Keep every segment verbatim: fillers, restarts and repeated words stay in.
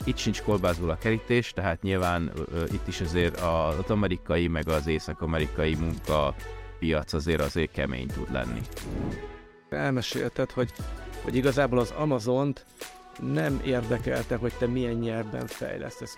Itt sincs kolbászból a kerítés, tehát nyilván ö, itt is azért az amerikai meg az észak-amerikai munkapiac azért azért kemény tud lenni. Elmesélted, hogy, hogy igazából az Amazont nem érdekelte, hogy te milyen nyelvben fejlesztesz.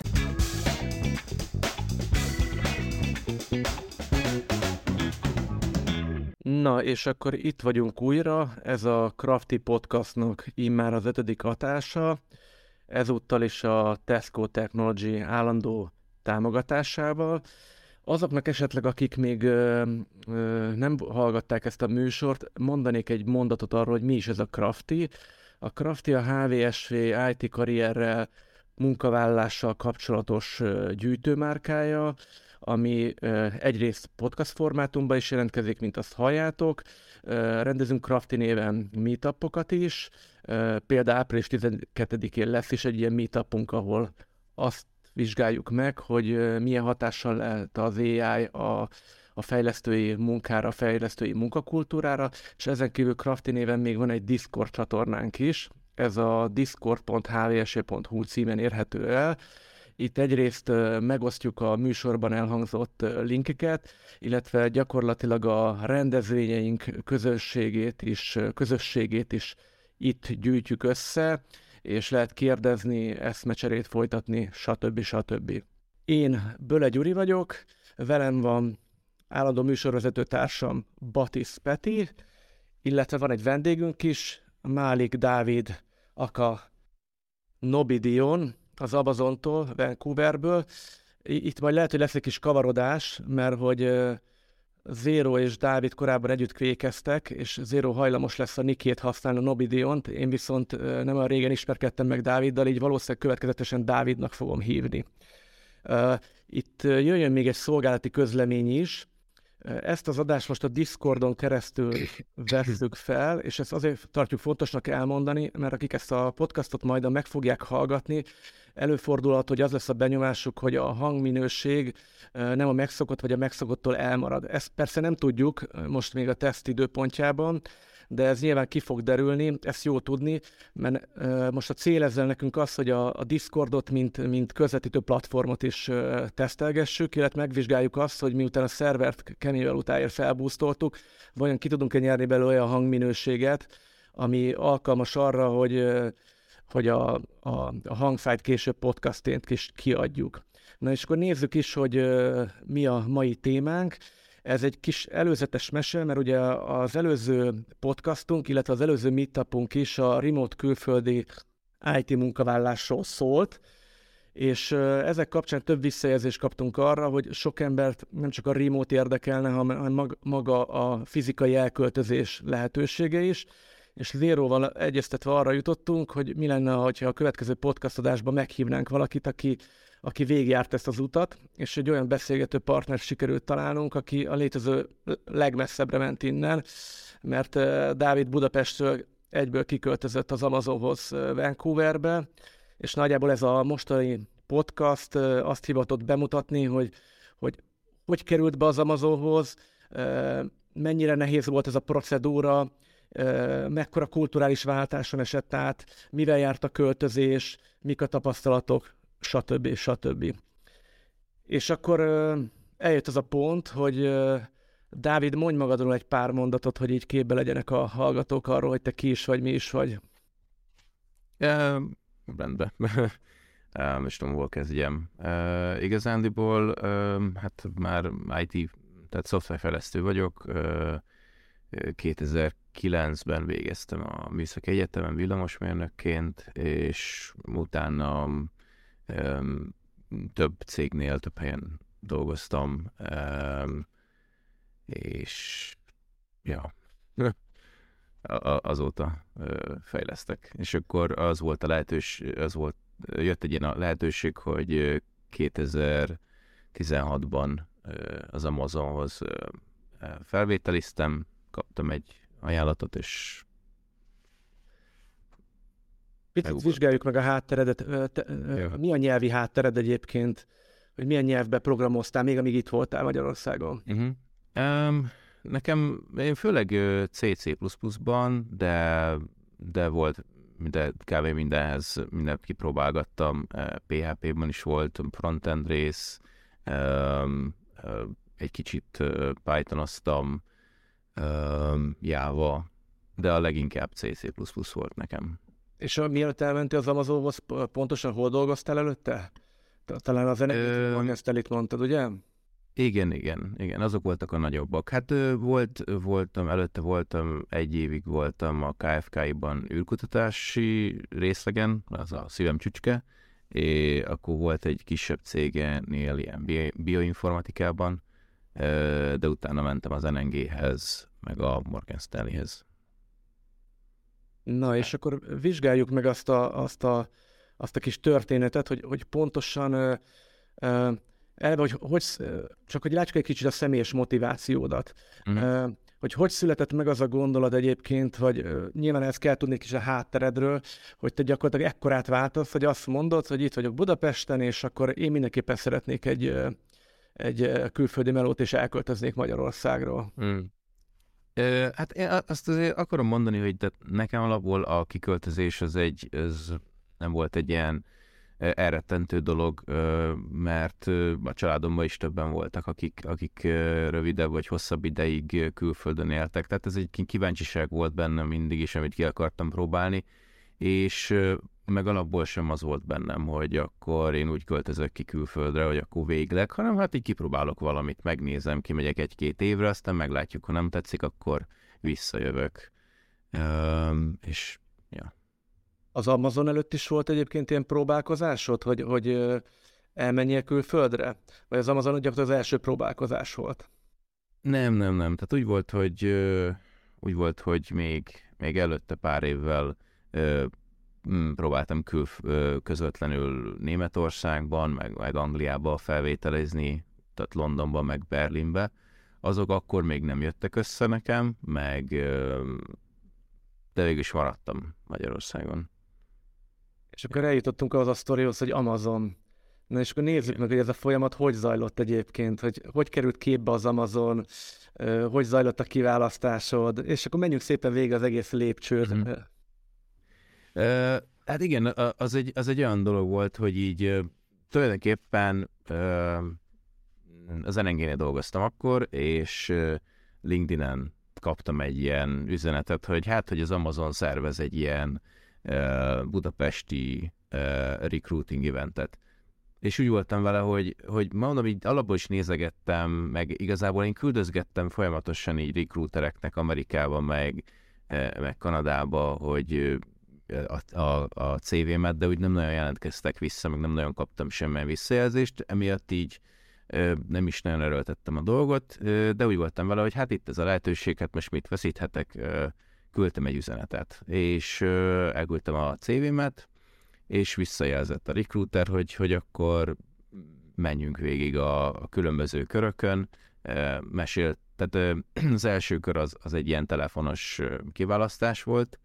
Na, és akkor itt vagyunk újra, ez a Crafty Podcastnak immár az ötödik adása, ezúttal is a Tesco Technology állandó támogatásával. Azoknak esetleg, akik még ö, ö, nem hallgatták ezt a műsort, mondanék egy mondatot arról, hogy mi is ez a Crafty. A Crafty a há vé es vé i té karrierrel, munkavállalással kapcsolatos ö, gyűjtőmárkája, ami ö, egyrészt podcast formátumban is jelentkezik, mint azt halljátok. Ö, rendezünk Crafty néven meetupokat is. Ö, például április tizenkettedikén lesz is egy ilyen meetupunk, ahol azt vizsgáljuk meg, hogy milyen hatással lehet az á i a, a fejlesztői munkára, a fejlesztői munkakultúrára, és ezen kívül Crafty néven még van egy Discord csatornánk is, ez a discord pont h v s e pont h u címen érhető el. Itt egyrészt megosztjuk a műsorban elhangzott linkeket, illetve gyakorlatilag a rendezvényeink közösségét is, közösségét is itt gyűjtjük össze, és lehet kérdezni, eszmecserét folytatni, stb. stb. Én Böle Gyuri vagyok, velem van állandó műsorvezető társam Batisz Peti, illetve van egy vendégünk is, Málik Dávid, aka Nobi Dion, az Amazontól, Vancouverből. Itt majd lehet, hogy lesz egy kis kavarodás, mert hogy Zero és Dávid korábban együtt kvékeztek, és Zero hajlamos lesz a nickét használni, a Nobi Diont, én viszont nem olyan régen ismerkedtem meg Dáviddal, így valószínűleg következetesen Dávidnak fogom hívni. Itt jöjjön még egy szolgálati közlemény is. Ezt az adást most a Discordon keresztül vesszük fel, és ezt azért tartjuk fontosnak elmondani, mert akik ezt a podcastot majd meg fogják hallgatni, előfordulhat, hogy az lesz a benyomásuk, hogy a hangminőség nem a megszokott, vagy a megszokottól elmarad. Ezt persze nem tudjuk most még a teszt időpontjában, de ez nyilván ki fog derülni, ezt jó tudni, mert uh, most a cél ezzel nekünk az, hogy a, a Discordot, mint, mint közvetítő platformot is uh, tesztelgessük, illetve megvizsgáljuk azt, hogy miután a szervert kemény valutáért felbúztoltuk, vajon ki tudunk-e nyerni belőle olyan hangminőséget, ami alkalmas arra, hogy, uh, hogy a, a, a hangfájt később podcastként is kiadjuk. Na és akkor nézzük is, hogy uh, mi a mai témánk. Ez egy kis előzetes mese, mert ugye az előző podcastunk, illetve az előző meetupunk is a remote külföldi i té munkavállásról szólt, és ezek kapcsán több visszajelzést kaptunk arra, hogy sok embert nem csak a remote érdekelne, hanem maga a fizikai elköltözés lehetősége is, és Zéróval egyeztetve arra jutottunk, hogy mi lenne, ha a következő podcast adásban meghívnánk valakit, aki aki végigjárt ezt az utat, és egy olyan beszélgető partner sikerült találnunk, aki a létező legmesszebbre ment innen, mert Dávid Budapestről egyből kiköltözött az Amazonhoz Vancouverbe, és nagyjából ez a mostani podcast azt hivatott bemutatni, hogy hogy, hogy került be az Amazonhoz, mennyire nehéz volt ez a procedúra, mekkora kulturális váltáson esett át, mivel járt a költözés, mik a tapasztalatok, stb. stb. És akkor uh, eljött az a pont, hogy uh, Dávid, mondj magadról egy pár mondatot, hogy így képbe legyenek a hallgatók arról, hogy te ki is vagy, mi is vagy. Uh, rendben. uh, most tudom, hol kezdjem. Uh, igazándiból uh, hát már i té, tehát szoftverfejlesztő vagyok. Uh, kétezer-kilencben végeztem a Műszaki Egyetemen villamosmérnökként, és utána Um, több cégnél, több helyen dolgoztam, um, és ja, azóta uh, fejlesztek. És akkor az volt a lehetőség, az volt, jött egy ilyen lehetőség, hogy kétezer-tizenhatban uh, az Amazonhoz uh, felvételiztem, kaptam egy ajánlatot, és Picit vizsgáljuk meg a hátteredet. Te, mi a nyelvi háttered egyébként? Hogy milyen nyelvbe programoztál, még amíg itt voltál Magyarországon? Uh-huh. Um, nekem, én főleg C C++-ban, de, de volt de kb. mindenhez mindent kipróbálgattam. pé há pé-ban is volt frontend rész, egy kicsit Pythonoztam, Java, de a leginkább C C plusz plusz volt nekem. És mielőtt elmentél az Amazonhoz, pontosan hol dolgoztál előtte? Talán az Enegét, ezt el itt mondtad, ugye? Igen, igen, igen, azok voltak a nagyobbak. Hát volt, voltam, előtte voltam, egy évig voltam a ká ef ká-ban űrkutatási részlegen, az a szívem csücske, és akkor volt egy kisebb cégenél ilyen bioinformatikában, de utána mentem az en en gé-hez, meg a Morgan Stanley-hez. Na, és akkor vizsgáljuk meg azt a, azt a, azt a kis történetet, hogy, hogy pontosan uh, uh, elve, hogy, hogy csak hogy látsuk egy kicsit a személyes motivációdat. Uh-huh. Uh, hogy hogy született meg az a gondolat egyébként, vagy uh, nyilván ezt kell tudni egy kis a hátteredről, hogy te gyakorlatilag ekkorát váltasz, hogy azt mondod, hogy itt vagyok Budapesten, és akkor én mindenképpen szeretnék egy, uh, egy uh, külföldi melót, és elköltöznék Magyarországról. Hmm. Uh, hát én azt azért akarom mondani, hogy de nekem alapból a kiköltözés az egy, ez nem volt egy ilyen elrettentő dolog, mert a családomban is többen voltak, akik, akik rövidebb vagy hosszabb ideig külföldön éltek. Tehát ez egy kíváncsiság volt bennem mindig is, amit ki akartam próbálni, és meg alapból sem az volt bennem, hogy akkor én úgy költözök ki külföldre, hogy akkor végleg, hanem hát így kipróbálok valamit, megnézem, kimegyek egy-két évre, aztán meglátjuk, ha nem tetszik, akkor visszajövök. Um, és ja. Az Amazon előtt is volt egyébként ilyen próbálkozásod, hogy, hogy elmenjél külföldre? Vagy az Amazon gyakorlatilag az első próbálkozás volt? Nem, nem, nem. Tehát úgy volt, hogy úgy volt, hogy még, még előtte pár évvel próbáltam kül, közvetlenül Németországban, meg, meg Angliába felvételezni, tehát Londonban, meg Berlinbe. Azok akkor még nem jöttek össze nekem, meg de végül is maradtam Magyarországon. És akkor eljutottunk az a sztorihoz, hogy Amazon. Na és akkor nézzük meg, hogy ez a folyamat hogy zajlott egyébként, hogy hogy került képbe az Amazon, hogy zajlott a kiválasztásod, és akkor menjünk szépen végig az egész lépcsőt. Mm-hmm. Uh, hát igen, az egy, az egy olyan dolog volt, hogy így uh, tulajdonképpen uh, az en en gé-nél dolgoztam akkor, és uh, LinkedIn-en kaptam egy ilyen üzenetet, hogy hát, hogy az Amazon szervez egy ilyen uh, budapesti uh, recruiting eventet. És úgy voltam vele, hogy, hogy mondom, így alapból is nézegettem, meg igazából én küldözgettem folyamatosan így recruitereknek Amerikában, meg, uh, meg Kanadába, hogy a, a, a cé vé-met, de úgy nem nagyon jelentkeztek vissza, meg nem nagyon kaptam semmilyen visszajelzést, emiatt így nem is nagyon erőltettem a dolgot, de úgy voltam vele, hogy hát itt ez a lehetőség, hát most mit veszíthetek, küldtem egy üzenetet, és elküldtem a cé vé-met, és visszajelzett a recruiter, hogy, hogy akkor menjünk végig a, a különböző körökön, mesélt, tehát az első kör az, az egy ilyen telefonos kiválasztás volt,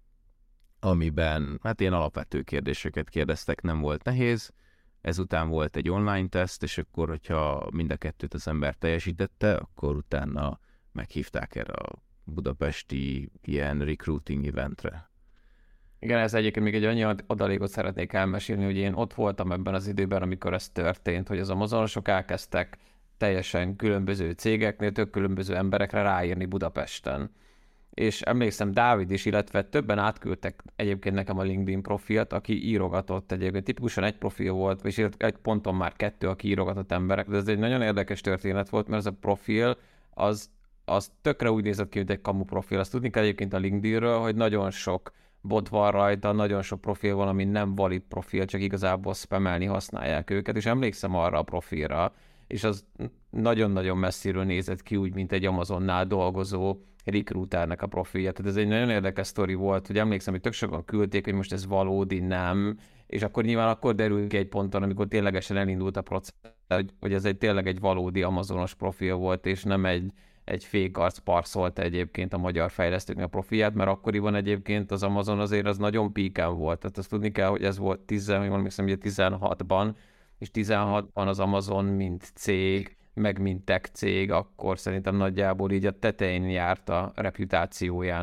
amiben hát ilyen alapvető kérdéseket kérdeztek, nem volt nehéz. Ezután volt egy online teszt, és akkor, hogyha mind a kettőt az ember teljesítette, akkor utána meghívták erre a budapesti ilyen recruiting eventre. Igen, ez egyébként még egy annyi adalékot szeretnék elmesélni, hogy én ott voltam ebben az időben, amikor ez történt, hogy az amazonosok elkezdtek teljesen különböző cégeknél, tök különböző emberekre ráírni Budapesten. És emlékszem, Dávid is, illetve többen átküldtek egyébként nekem a LinkedIn profilt, aki írogatott egyébként. Tipikusan egy profil volt, és egy ponton már kettő, aki írogatott emberek, de ez egy nagyon érdekes történet volt, mert ez a profil, az, az tökre úgy nézett ki, mint egy kamu profil. Azt tudni kell egyébként a LinkedInről, hogy nagyon sok bot van rajta, nagyon sok profil van, ami nem valid profil, csak igazából spamelni használják őket, és emlékszem arra a profilra, és az nagyon-nagyon messziről nézett ki úgy, mint egy Amazonnál dolgozó recruiternek a profilja. Tehát ez egy nagyon érdekes sztori volt, hogy emlékszem, hogy tök sokan küldték, hogy most ez valódi, nem, és akkor nyilván akkor derül ki egy ponton, amikor ténylegesen elindult a processz, hogy ez egy tényleg egy valódi amazonos profil volt, és nem egy, egy fake arc parszolta egyébként a magyar fejlesztőknek a profilját, mert akkoriban egyébként az Amazon azért az nagyon píken volt. Tehát azt tudni kell, hogy ez volt tíz, emlékszem, ugye tizenhatban, és tizenhatban az Amazon mint cég, meg mint tech cég, akkor szerintem nagyjából így a tetején járt a reputációjának.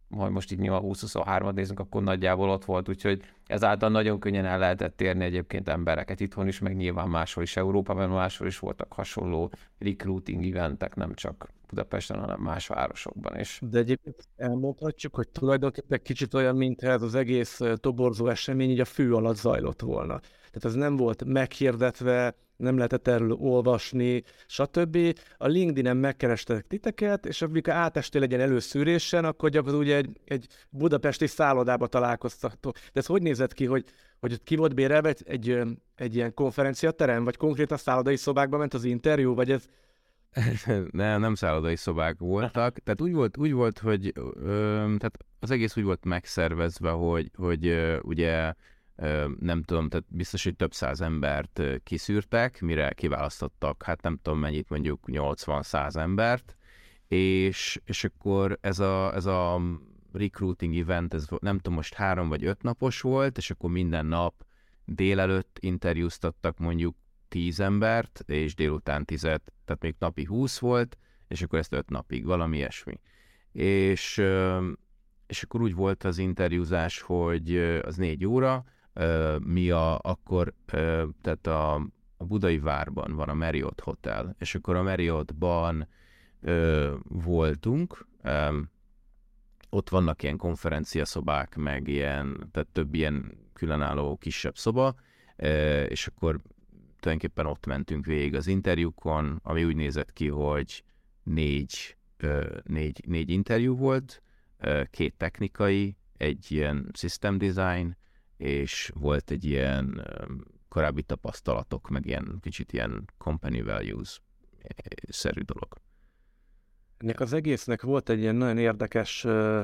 ha most így húsz-huszonhármat nézünk, akkor nagyjából ott volt, úgyhogy ezáltal nagyon könnyen el lehetett érni egyébként embereket itthon is, meg nyilván máshol is Európában, máshol is voltak hasonló recruiting eventek, nem csak Budapesten, hanem más városokban is. De egyébként elmondhatjuk, hogy tulajdonképpen kicsit olyan, mintha ez az egész toborzó esemény így a fű alatt zajlott volna. Tehát ez nem volt meghirdetve, nem lehetett erről olvasni, stb. A LinkedIn-en megkerestek titeket, és amikor átestél egy ilyen előszűrésen, akkor gyakorlatilag ugye egy, egy budapesti szállodába találkoztatok. De ez hogy nézett ki, hogy, hogy ki volt bérelve egy, egy, egy ilyen konferenciaterem, vagy konkrétan szállodai szobákba ment az interjú, vagy ez... nem, nem szállodai szobák voltak. Tehát úgy volt, úgy volt hogy ö, tehát az egész úgy volt megszervezve, hogy, hogy ö, ugye nem tudom, tehát biztos, hogy több száz embert kiszűrtek, mire kiválasztottak, hát nem tudom mennyit, mondjuk nyolcvan-száz embert, és, és akkor ez a, ez a recruiting event, ez nem tudom, most három vagy öt napos volt, és akkor minden nap délelőtt interjúztattak mondjuk tíz embert, és délután tizet, tehát még napi húsz volt, és akkor ezt öt napig, valami ilyesmi. És, és akkor úgy volt az interjúzás, hogy az négy óra, mi a, akkor, tehát a, a Budai Várban van a Marriott Hotel, és akkor a Marriottban ö, voltunk, ö, ott vannak ilyen konferenciaszobák, meg ilyen, tehát több ilyen különálló kisebb szoba, ö, és akkor tulajdonképpen ott mentünk végig az interjúkon, ami úgy nézett ki, hogy négy, ö, négy, négy interjú volt, ö, két technikai, egy ilyen system design, és volt egy ilyen um, korábbi tapasztalatok, meg ilyen kicsit ilyen company values-szerű dolog. Ennek az egésznek volt egy ilyen nagyon érdekes uh,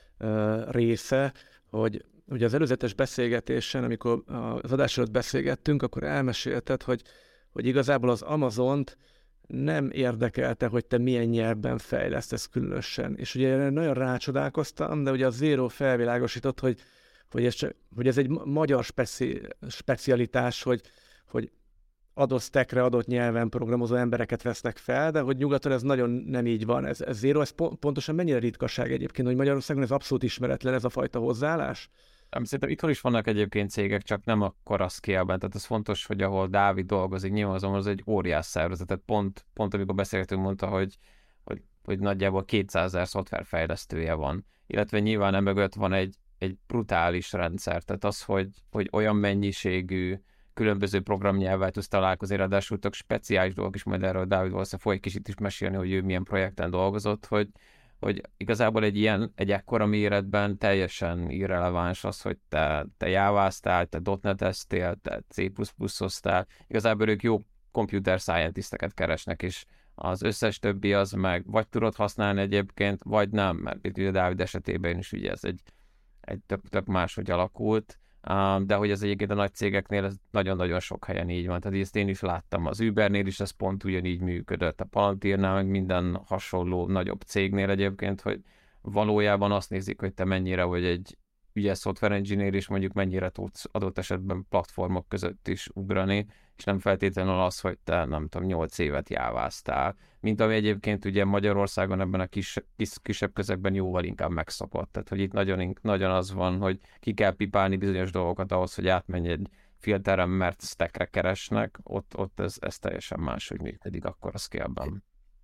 uh, része, hogy ugye az előzetes beszélgetésen, amikor az adás előtt beszélgettünk, akkor elmesélted, hogy, hogy igazából az Amazont nem érdekelte, hogy te milyen nyelvben fejlesztesz különösen. És ugye nagyon rácsodálkoztam, de ugye a Zero felvilágosított, hogy Hogy ez, csak, hogy ez egy magyar speci, specialitás, hogy, hogy adott stackre, adott nyelven programozó embereket vesznek fel, de hogy nyugaton ez nagyon nem így van. Ez, ez Zero, ez pontosan mennyire ritkaság egyébként, hogy Magyarországon ez abszolút ismeretlen, ez a fajta hozzáállás? Nem, szerintem itthon is vannak egyébként cégek, csak nem akkora scale-ben. Tehát ez fontos, hogy ahol Dávid dolgozik, nyilván azon az egy óriás szervezet. Tehát pont, pont amikor beszélgetünk, mondta, hogy, hogy, hogy nagyjából kétszázezer szoftverfejlesztője van. Illetve nyilván emögött van egy egy brutális rendszer, tehát az, hogy, hogy olyan mennyiségű különböző programnyelvvel tudsz találkozni, ráadásul tök speciális dolgok is, majd erről Dávid valószínűleg folyik kicsit is mesélni, hogy ő milyen projekten dolgozott, hogy, hogy igazából egy ilyen, egy ekkora méretben teljesen irreleváns az, hogy te, te jáváztál, te dotneteztél, te C plusz pluszoztál, igazából ők jó computer scientisteket keresnek, és az összes többi az meg vagy tudod használni egyébként, vagy nem, mert itt ugye Dávid esetében is ugye ez egy egy tök, tök máshogy alakult, de hogy ez egyébként a nagy cégeknél ez nagyon-nagyon sok helyen így van. Tehát ezt én is láttam, az Ubernél is ez pont ugyanígy működött, a Palantirnál, meg minden hasonló nagyobb cégnél egyébként, hogy valójában azt nézik, hogy te mennyire vagy egy ügyes software engineer, és mondjuk mennyire tudsz adott esetben platformok között is ugrani, és nem feltétlenül az, hogy te nem tudom, nyolc évet jáváztál. Mint ami egyébként ugye Magyarországon ebben a kis, kis, kisebb közegben jóval inkább megszokott. Tehát, hogy itt nagyon, nagyon az van, hogy ki kell pipálni bizonyos dolgokat ahhoz, hogy átmenj egy filteren, mert stackre keresnek, ott, ott ez, ez teljesen máshogy működik akkor a scale-ben.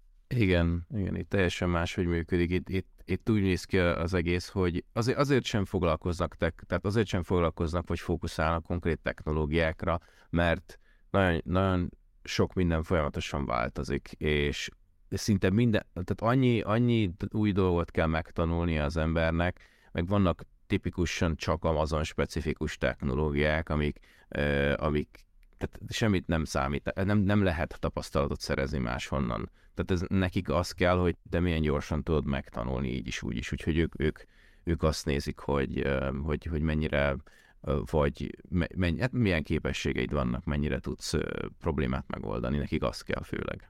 Igen, igen, itt teljesen máshogy működik. Itt, itt, itt úgy néz ki az egész, hogy azért, azért sem foglalkoznak, tek, tehát azért sem foglalkoznak, vagy fókuszálnak konkrét technológiákra, mert nagyon, nagyon sok minden folyamatosan változik, és szinte minden, tehát annyi, annyi új dolgot kell megtanulnia az embernek, meg vannak tipikusan csak Amazon specifikus technológiák, amik, euh, amik tehát semmit nem számít, nem, nem lehet tapasztalatot szerezni máshonnan. Tehát ez, nekik az kell, hogy te milyen gyorsan tudod megtanulni így is, úgy is, úgyhogy ők, ők, ők azt nézik, hogy, hogy, hogy mennyire vagy menny, hát milyen képességeid vannak, mennyire tudsz problémát megoldani, nekik az kell főleg.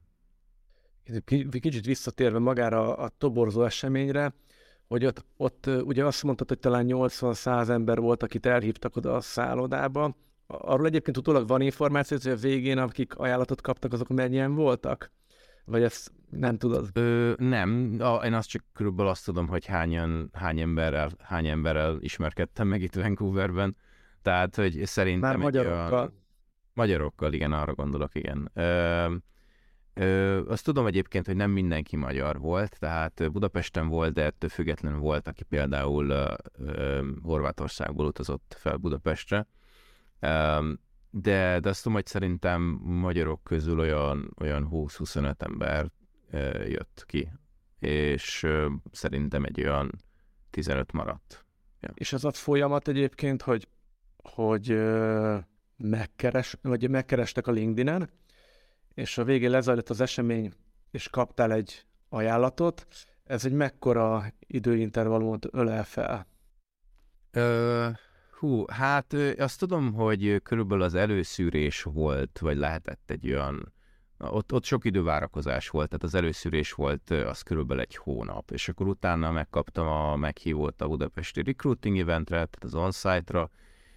Kicsit visszatérve magára a toborzó eseményre, hogy ott, ott ugye azt mondtad, hogy talán nyolcvan-száz ember volt, akit elhívtak oda a szállodába. Arról egyébként utólag van információ, hogy a végén, akik ajánlatot kaptak, azok mennyien voltak? Vagy ez Nem tudod? Ö, nem, a, én azt csak körülbelül azt tudom, hogy hányan, hány emberrel, hány emberrel ismerkedtem meg itt Vancouverben, tehát, hogy szerintem... Már magyarokkal. Olyan, magyarokkal, igen, arra gondolok, igen. Ö, ö, azt tudom egyébként, hogy nem mindenki magyar volt, tehát Budapesten volt, de ettől függetlenül volt, aki például ö, ö, Horvátországból utazott fel Budapestre. Ö, de, de azt tudom, hogy szerintem magyarok közül olyan, olyan húsz-huszonöt ember jött ki, és szerintem egy olyan tizenöt maradt. Ja. És az a folyamat egyébként, hogy, hogy megkeres, vagy megkerestek a LinkedIn-en, és a végén lezajlott az esemény, és kaptál egy ajánlatot, ez egy mekkora időintervallumot ölel fel? Ö, hú, hát azt tudom, hogy körülbelül az előszűrés volt, vagy lehetett egy olyan Ott, ott sok idővárakozás volt, tehát az előszűrés volt az körülbelül egy hónap, és akkor utána megkaptam a meghívót a budapesti recruiting eventre, tehát az on-site-ra,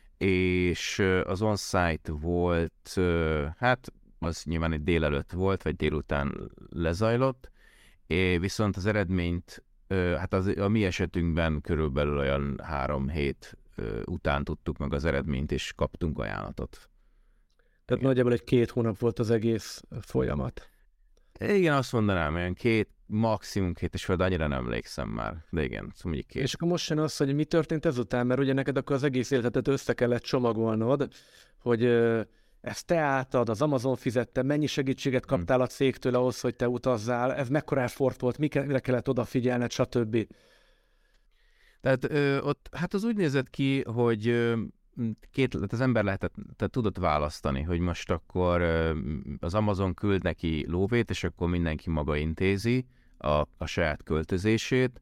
és az on-site volt, hát az nyilván egy délelőtt volt, vagy délután lezajlott, és viszont az eredményt, hát az, a mi esetünkben körülbelül olyan három hét után tudtuk meg az eredményt, és kaptunk ajánlatot. Tehát igen. Nagyjából egy két hónap volt az egész folyamat. Igen, azt mondanám, olyan két, maximum két és fél, de annyira nem emlékszem már. De igen, szóval két. És akkor most jön az, hogy mi történt ezután, mert ugye neked akkor az egész életedet össze kellett csomagolnod, hogy ezt te álltad, az Amazon fizette, mennyi segítséget kaptál a cégtől ahhoz, hogy te utazzál, ez mekkora effort volt, mire kellett odafigyelned, stb. Tehát ö, ott, hát az úgy nézett ki, hogy ö, két, tehát az ember lehetett, tehát tudott választani, hogy most akkor az Amazon küld neki lóvét, és akkor mindenki maga intézi a, a saját költözését,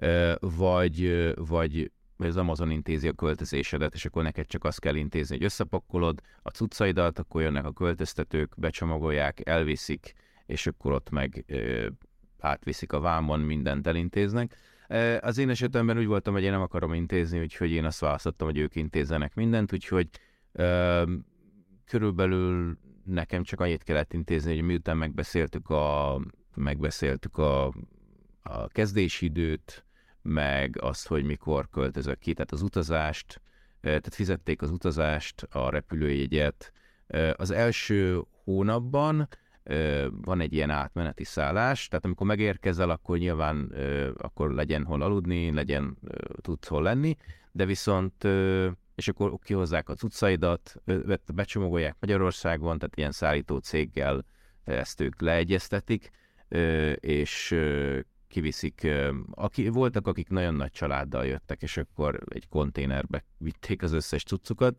vagy, vagy az Amazon intézi a költözésedet, és akkor neked csak azt kell intézni, hogy összepakolod a cuccaidat, akkor jönnek a költöztetők, becsomagolják, elviszik, és akkor ott meg átviszik a vámon, mindent elintéznek. Az én esetemben úgy voltam, hogy én nem akarom intézni, úgyhogy én azt választottam, hogy ők intézzenek mindent, úgyhogy uh, körülbelül nekem csak annyit kellett intézni, hogy miután megbeszéltük a, megbeszéltük a, a kezdési időt, meg azt, hogy mikor költözök ki, tehát az utazást, tehát fizették az utazást, a repülőjegyet. Az első hónapban van egy ilyen átmeneti szállás, tehát amikor megérkezel, akkor nyilván akkor legyen hol aludni, legyen, tudsz hol lenni, de viszont, és akkor kihozzák a cuccaidat, becsomagolják Magyarországon, tehát ilyen szállító céggel ezt ők leegyeztetik, és kiviszik, aki, voltak, akik nagyon nagy családdal jöttek, és akkor egy konténerbe vitték az összes cuccukat,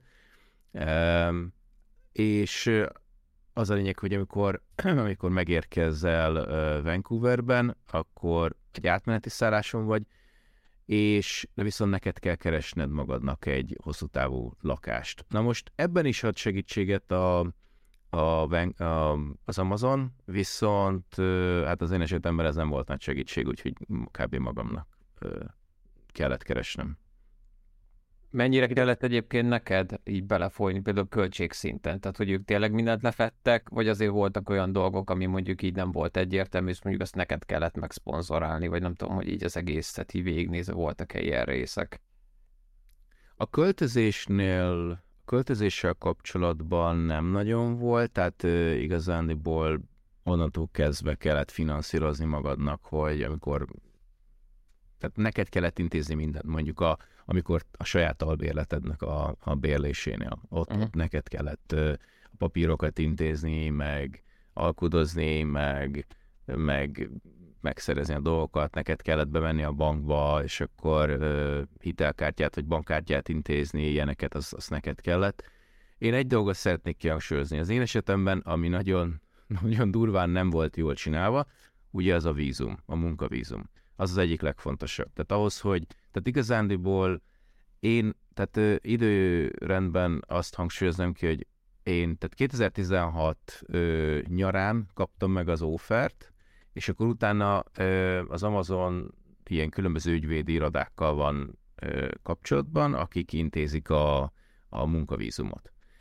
és az a lényeg, hogy amikor, amikor megérkezel uh, Vancouverben, akkor egy átmeneti szálláson vagy, és de viszont neked kell keresned magadnak egy hosszú távú lakást. Na most ebben is ad segítséget a, a, a, az Amazon, viszont uh, hát az én esetemben ez nem volt nagy segítség, úgyhogy kb. Magamnak uh, kellett keresnem. Mennyire kellett egyébként neked így belefolyni, például költségszinten? Tehát, hogy ők tényleg mindent lefettek, vagy azért voltak olyan dolgok, ami mondjuk így nem volt egyértelmű, és mondjuk azt neked kellett megszponzorálni, vagy nem tudom, hogy így az egészet így végignézve voltak-e ilyen részek? A költözésnél, költözéssel kapcsolatban nem nagyon volt, tehát uh, igazándiból onnantól kezdve kellett finanszírozni magadnak, hogy amikor tehát neked kellett intézni mindent, mondjuk a, amikor a saját albérletednek a, a bérlésénél. Ott, uh-huh. ott neked kellett uh, a papírokat intézni, meg alkudozni, meg, meg megszerezni a dolgokat, neked kellett bemenni a bankba, és akkor uh, hitelkártyát vagy bankkártyát intézni, ilyeneket, az, az neked kellett. Én egy dolgot szeretnék kihangsúlyozni. Az én esetemben, ami nagyon, nagyon durván nem volt jól csinálva, ugye az a vízum, a munkavízum. Az az egyik legfontosabb. Tehát ahhoz, hogy, tehát igazándiból én, tehát ö, időrendben azt hangsúlyozom ki, hogy én, tehát kétezer-tizenhat ö, nyarán kaptam meg az offert, és akkor utána ö, az Amazon ilyen különböző ügyvédi irodákkal van ö, kapcsolatban, akik intézik a, a munkavízumot.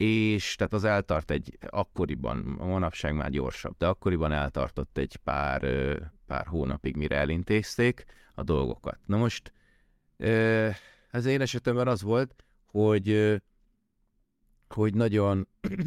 és tehát az eltart egy, akkoriban, manapság már gyorsabb, de akkoriban eltartott egy pár, pár hónapig, mire elintézték a dolgokat. Na most az én esetemben az volt, hogy, hogy nagyon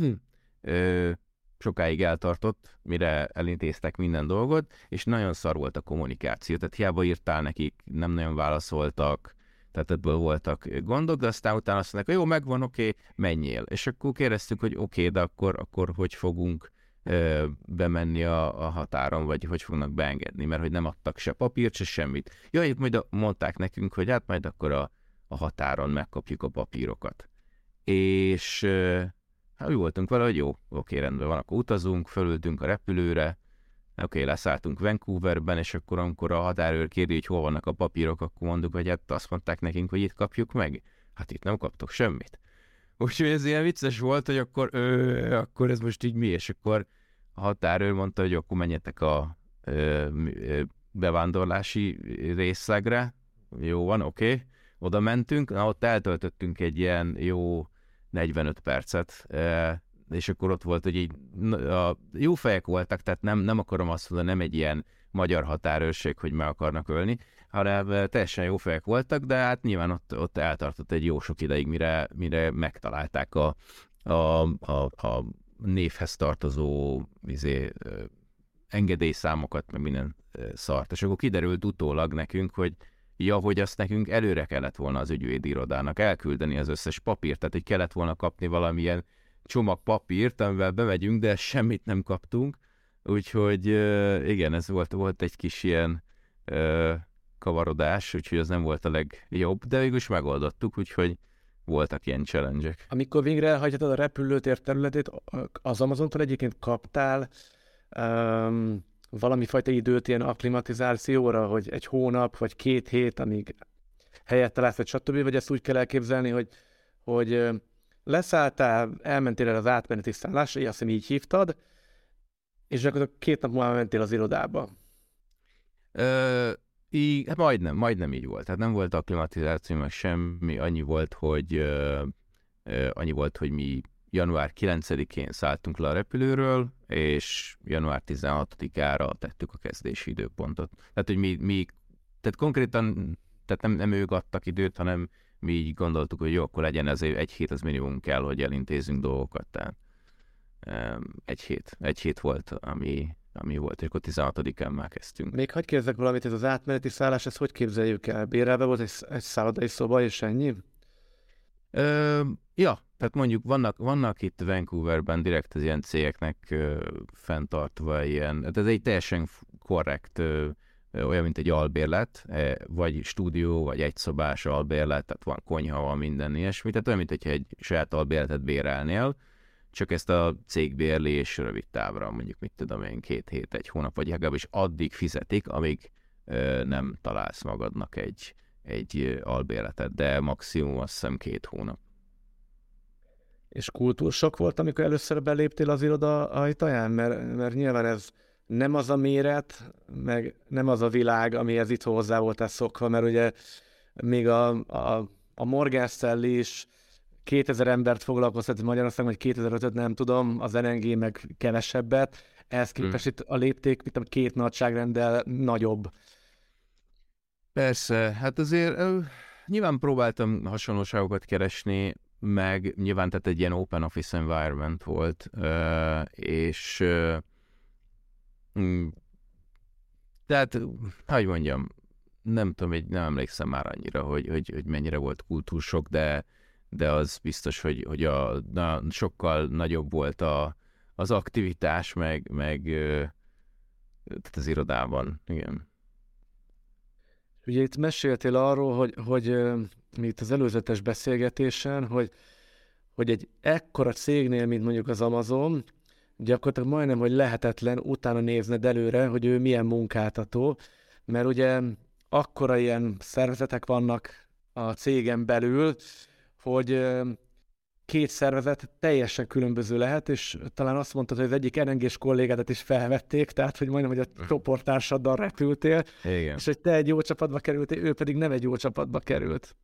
sokáig eltartott, mire elintéztek minden dolgot, és nagyon szar volt a kommunikáció, tehát hiába írtál nekik, nem nagyon válaszoltak, tehát ebből voltak gondok, de aztán utána azt mondták, hogy jó, megvan, oké, okay, menjél. És akkor kérdeztük, hogy oké, okay, de akkor, akkor hogy fogunk ö, bemenni a, a határon, vagy hogy fognak beengedni, mert hogy nem adtak se papírt, se semmit. Ja, itt majd mondták nekünk, hogy hát majd akkor a, a határon megkapjuk a papírokat. És ö, hát úgy voltunk vele, hogy jó, oké, okay, rendben van, akkor utazunk, fölültünk a repülőre, oké, okay, leszálltunk Vancouverben, és akkor amikor a határőr kérdi, hogy hol vannak a papírok, akkor mondjuk, hogy hát azt mondták nekünk, hogy itt kapjuk meg. Hát itt nem kaptok semmit. Úgyhogy ez ilyen vicces volt, hogy akkor, ö, akkor ez most így mi, és akkor a határőr mondta, hogy akkor menjetek a ö, ö, bevándorlási részlegre. Jó van, oké. Okay. Oda mentünk, na ott eltöltöttünk egy ilyen jó negyvenöt percet, és akkor ott volt, hogy így a jó fejek voltak, tehát nem, nem akarom azt mondani, nem egy ilyen magyar határőrség, hogy meg akarnak ölni, hanem teljesen jó fejek voltak, de hát nyilván ott, ott eltartott egy jó sok ideig, mire, mire megtalálták a, a, a, a névhez tartozó izé, engedélyszámokat, meg minden szart. És akkor kiderült utólag nekünk, hogy ja, hogy azt nekünk előre kellett volna az ügyvédi irodának elküldeni az összes papírt, tehát hogy kellett volna kapni valamilyen csomag papírt, amivel bemegyünk, de semmit nem kaptunk, úgyhogy igen, ez volt, volt egy kis ilyen uh, kavarodás, úgyhogy az nem volt a legjobb, de végül is megoldottuk, úgyhogy voltak ilyen challenge-ek. Amikor végre elhagyhatod a repülőtér területét, az Amazontól egyébként kaptál um, valami fajta időt ilyen akklimatizációra, hogy egy hónap, vagy két hét, amíg helyet találsz, vagy stb., vagy ezt úgy kell elképzelni, hogy, hogy leszálltál, elmentél el az átmeneti szállásra, azt hiszem így hívtad, és akkor két nap múlva mentél az irodába. Ö, így, hát majdnem, majdnem így volt. Tehát nem volt akklimatizáció, meg semmi, annyi volt, hogy ö, ö, annyi volt, hogy mi január kilencedikén szálltunk le a repülőről, és január tizenhatodikára tettük a kezdési időpontot. Tehát, hogy mi, mi tehát konkrétan, tehát nem, nem ők adtak időt, hanem mi így gondoltuk, hogy jó, akkor legyen ez egy hét, az minimum kell, hogy elintézzünk dolgokat. Tehát egy hét, egy hét volt, ami, ami volt, és akkor tizenhatodikán már kezdtünk. Még hadd kérdezzek valamit, ez az átmeneti szállás, ezt hogy képzeljük el? Bérelve volt egy, egy szállodai szoba, és ennyi? Ö, ja, tehát mondjuk vannak, vannak itt Vancouverben direkt az ilyen cégeknek ö, fenntartva ilyen, tehát ez egy teljesen korrekt, ö, olyan, mint egy albérlet, vagy stúdió, vagy egyszobás albérlet, tehát van konyha, van minden ilyesmi, tehát olyan, mint hogyha egy saját albérletet bérelnél, csak ezt a cégbérlés rövid távra, mondjuk mit tudom én, két hét, egy hónap, vagy legalábbis addig fizetik, amíg ö, nem találsz magadnak egy, egy albérletet, de maximum azt hiszem két hónap. És kultúrsok volt, amikor először beléptél az iroda ajtaján? Mert, mert nyilván ez nem az a méret, meg nem az a világ, amihez itt hozzá voltál szokva, mert ugye még a, a, a Morgan Stanley is kétezer embert foglalkoztat Magyarországon, vagy kétezer-ötöt, nem tudom, az en en gé meg kevesebbet, ehhez képest hmm. itt a lépték, mit tudom, két nagyságrenddel nagyobb. Persze, hát azért uh, nyilván próbáltam hasonlóságokat keresni, meg nyilván tehát egy ilyen open office environment volt, uh, és uh, mm, tehát, hogy mondjam, nem tudom, egy, nem emlékszem már annyira, hogy, hogy, hogy mennyire volt kultúrsok, de de az biztos, hogy, hogy a, na, sokkal nagyobb volt a, az aktivitás, meg, meg tehát az irodában, igen. Ugye itt meséltél arról, hogy, hogy mi itt az előzetes beszélgetésen, hogy, hogy egy ekkora cégnél, mint mondjuk az Amazon, gyakorlatilag majdnem, hogy lehetetlen utána nézned előre, hogy ő milyen munkáltató, mert ugye akkora ilyen szervezetek vannak a cégen belül, hogy két szervezet teljesen különböző lehet, és talán azt mondtad, hogy az egyik en en gés kollégádat is felvették, tehát hogy majdnem, hogy a csoporttársaddal repültél, igen. És hogy te egy jó csapatba kerültél, ő pedig nem egy jó csapatba került.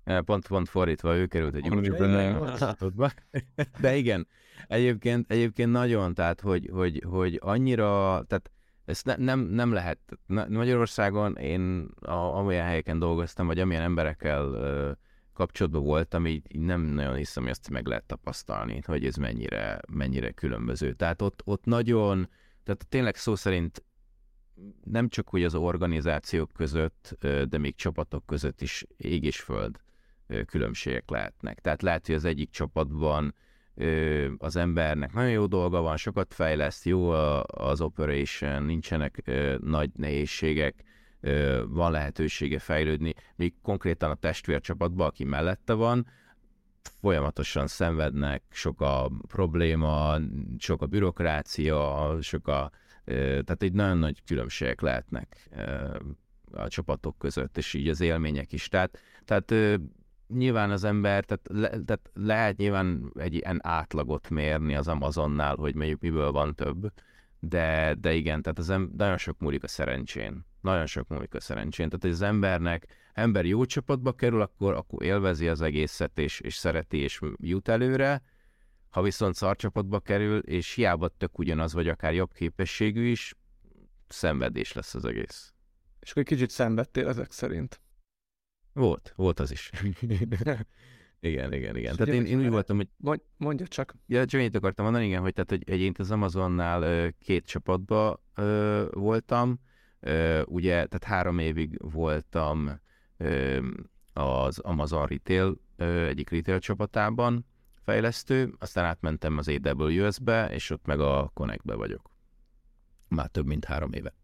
Pont, pont fordítva, ő került egy új. De igen, egyébként, egyébként nagyon, tehát hogy, hogy, hogy annyira, tehát ezt ne, nem, nem lehet. Magyarországon én a, amilyen helyeken dolgoztam, vagy amilyen emberekkel uh, kapcsolatban voltam, így, így nem nagyon hiszem, hogy ezt meg lehet tapasztalni, hogy ez mennyire, mennyire különböző. Tehát ott, ott nagyon, tehát tényleg szó szerint nem csak úgy az organizációk között, de még csapatok között is ég és föld különbségek lehetnek. Tehát lehet, hogy az egyik csapatban az embernek nagyon jó dolga van, sokat fejleszt, jó az operation, nincsenek nagy nehézségek, van lehetősége fejlődni, míg konkrétan a testvércsapatban, aki mellette van, folyamatosan szenvednek, sok a probléma, sok a bürokrácia, sok a, tehát egy nagyon nagy különbségek lehetnek a csapatok között, és így az élmények is. Tehát, tehát nyilván az ember, tehát, le, tehát lehet nyilván egy ilyen átlagot mérni az Amazonnál, hogy mondjuk miből van több, de, de igen, tehát az em, nagyon sok múlik a szerencsén. Nagyon sok múlik a szerencsén. Tehát, hogy az embernek, ember jó csapatba kerül, akkor, akkor élvezi az egészet, és, és szereti, és jut előre. Ha viszont szarcsapatba kerül, és hiába tök ugyanaz, vagy akár jobb képességű is, szenvedés lesz az egész. És akkor egy kicsit szenvedtél ezek szerint. Volt, volt az is. igen, igen, igen. Tehát én, én úgy voltam, hogy... Mondja csak. Ja, csak ennyit akartam mondani, igen, hogy, tehát, hogy egyébként az Amazonnál két csapatba ö, voltam, ö, ugye, tehát három évig voltam ö, az Amazon Retail, ö, egyik retail csapatában fejlesztő, aztán átmentem az á dupla vé es-be, és ott meg a Connect-be vagyok. Már több mint három éve.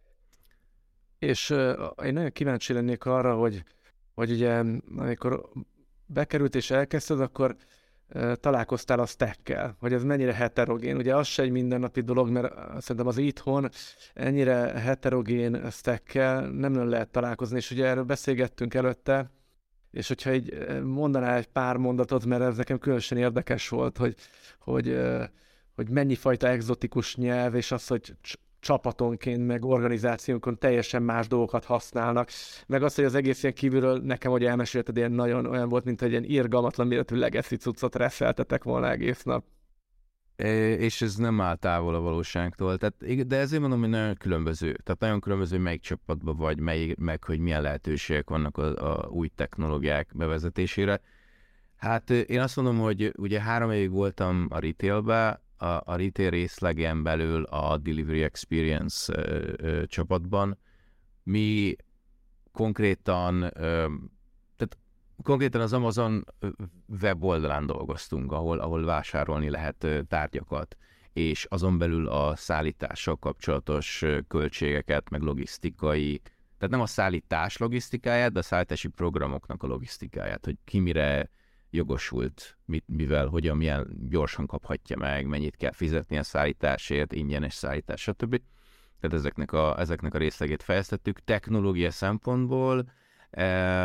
És uh, én nagyon kíváncsi lennék arra, hogy, hogy ugye, amikor bekerült és elkezdted, akkor uh, találkoztál a stack-kel, hogy ez mennyire heterogén. Ugye az se egy mindennapi dolog, mert szerintem az itthon ennyire heterogén stack-kel nem nagyon lehet találkozni, és ugye erről beszélgettünk előtte, és hogyha így mondanál egy pár mondatot, mert ez nekem különösen érdekes volt, hogy, hogy, uh, hogy mennyi fajta egzotikus nyelv, és az, hogy csapatonként, meg organizációnkon teljesen más dolgokat használnak, meg az, hogy az egész ilyen kívülről nekem, hogy elmesélted, ilyen nagyon olyan volt, mint egy ilyen irgalmatlan méretű legacy cuccot reszeltetek volna egész nap. É, és ez nem áll távol a valóságtól. Tehát, de ezért mondom, hogy nagyon különböző. Tehát nagyon különböző, melyik csapatban vagy, mely, meg hogy milyen lehetőségek vannak a, a új technológiák bevezetésére. Hát én azt mondom, hogy ugye három évig voltam a retailbe, a, a retail részlegen belül a Delivery Experience ö, ö, csapatban. Mi konkrétan, ö, tehát konkrétan az Amazon weboldalán dolgoztunk, ahol, ahol vásárolni lehet ö, tárgyakat, és azon belül a szállítással kapcsolatos ö, költségeket, meg logisztikai, tehát nem a szállítás logisztikáját, de a szállítási programoknak a logisztikáját, hogy ki mire jogosult, mit, mivel, hogyan, milyen gyorsan kaphatja meg, mennyit kell fizetni a szállításért, ingyenes szállítás, stb. Tehát ezeknek a, ezeknek a részlegét fejlesztettük. Technológia szempontból e,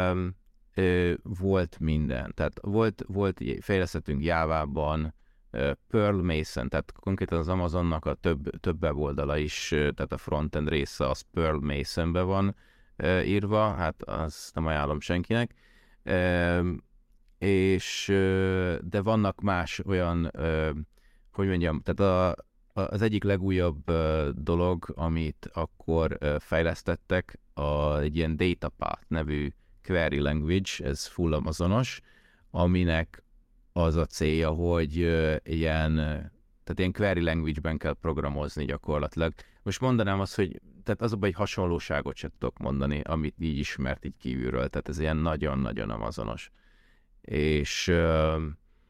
e, volt minden. Tehát volt, volt fejlesztettünk Jávában, e, Perl Mason, tehát konkrétan az Amazonnak a több, több weboldala is, tehát a frontend része az Perl Masonbe van e, írva, hát azt nem ajánlom senkinek. E, és de vannak más olyan, hogy mondjam, tehát a, az egyik legújabb dolog, amit akkor fejlesztettek, a, egy ilyen DataPath nevű query language, ez full amazonos, aminek az a célja, hogy ilyen, tehát ilyen query language-ben kell programozni gyakorlatilag. Most mondanám azt, hogy tehát azokban egy hasonlóságot sem tudok mondani, amit így ismert így kívülről, tehát ez ilyen nagyon-nagyon amazonos. És uh,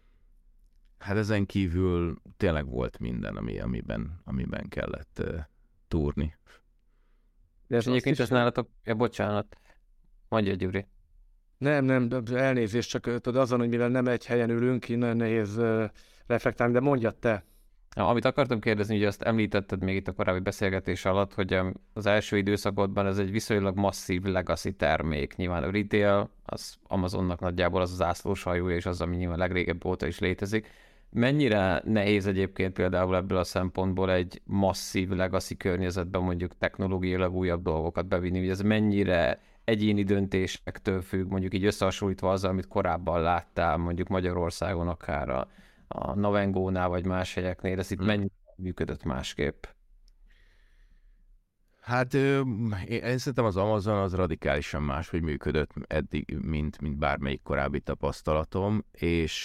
hát ezen kívül tényleg volt minden, ami, amiben, amiben kellett uh, túrni. De és egyébként ez nálatok, ja, bocsánat, mondja Gyuri. Nem, nem, elnézést, csak tudod, azon, hogy mivel nem egy helyen ülünk, így nagyon nehéz uh, reflektálni, de mondjad te. Ja, amit akartam kérdezni, ugye azt említetted még itt a korábbi beszélgetés alatt, hogy az első időszakodban ez egy viszonylag masszív legacy termék. Nyilván a retail, az Amazonnak nagyjából az az zászlós hajója, és az, ami nyilván legrégebb óta is létezik. Mennyire nehéz egyébként például ebből a szempontból egy masszív legacy környezetben mondjuk technológiailag újabb dolgokat bevinni, hogy ez mennyire egyéni döntésektől függ, mondjuk így összehasonlítva azzal, amit korábban láttál, mondjuk Magyarországon, akár a, a Navengónál, vagy más helyeknél, ez itt hmm. mennyire működött másképp? Hát én szerintem az Amazon az radikálisan máshogy működött eddig, mint, mint bármelyik korábbi tapasztalatom, és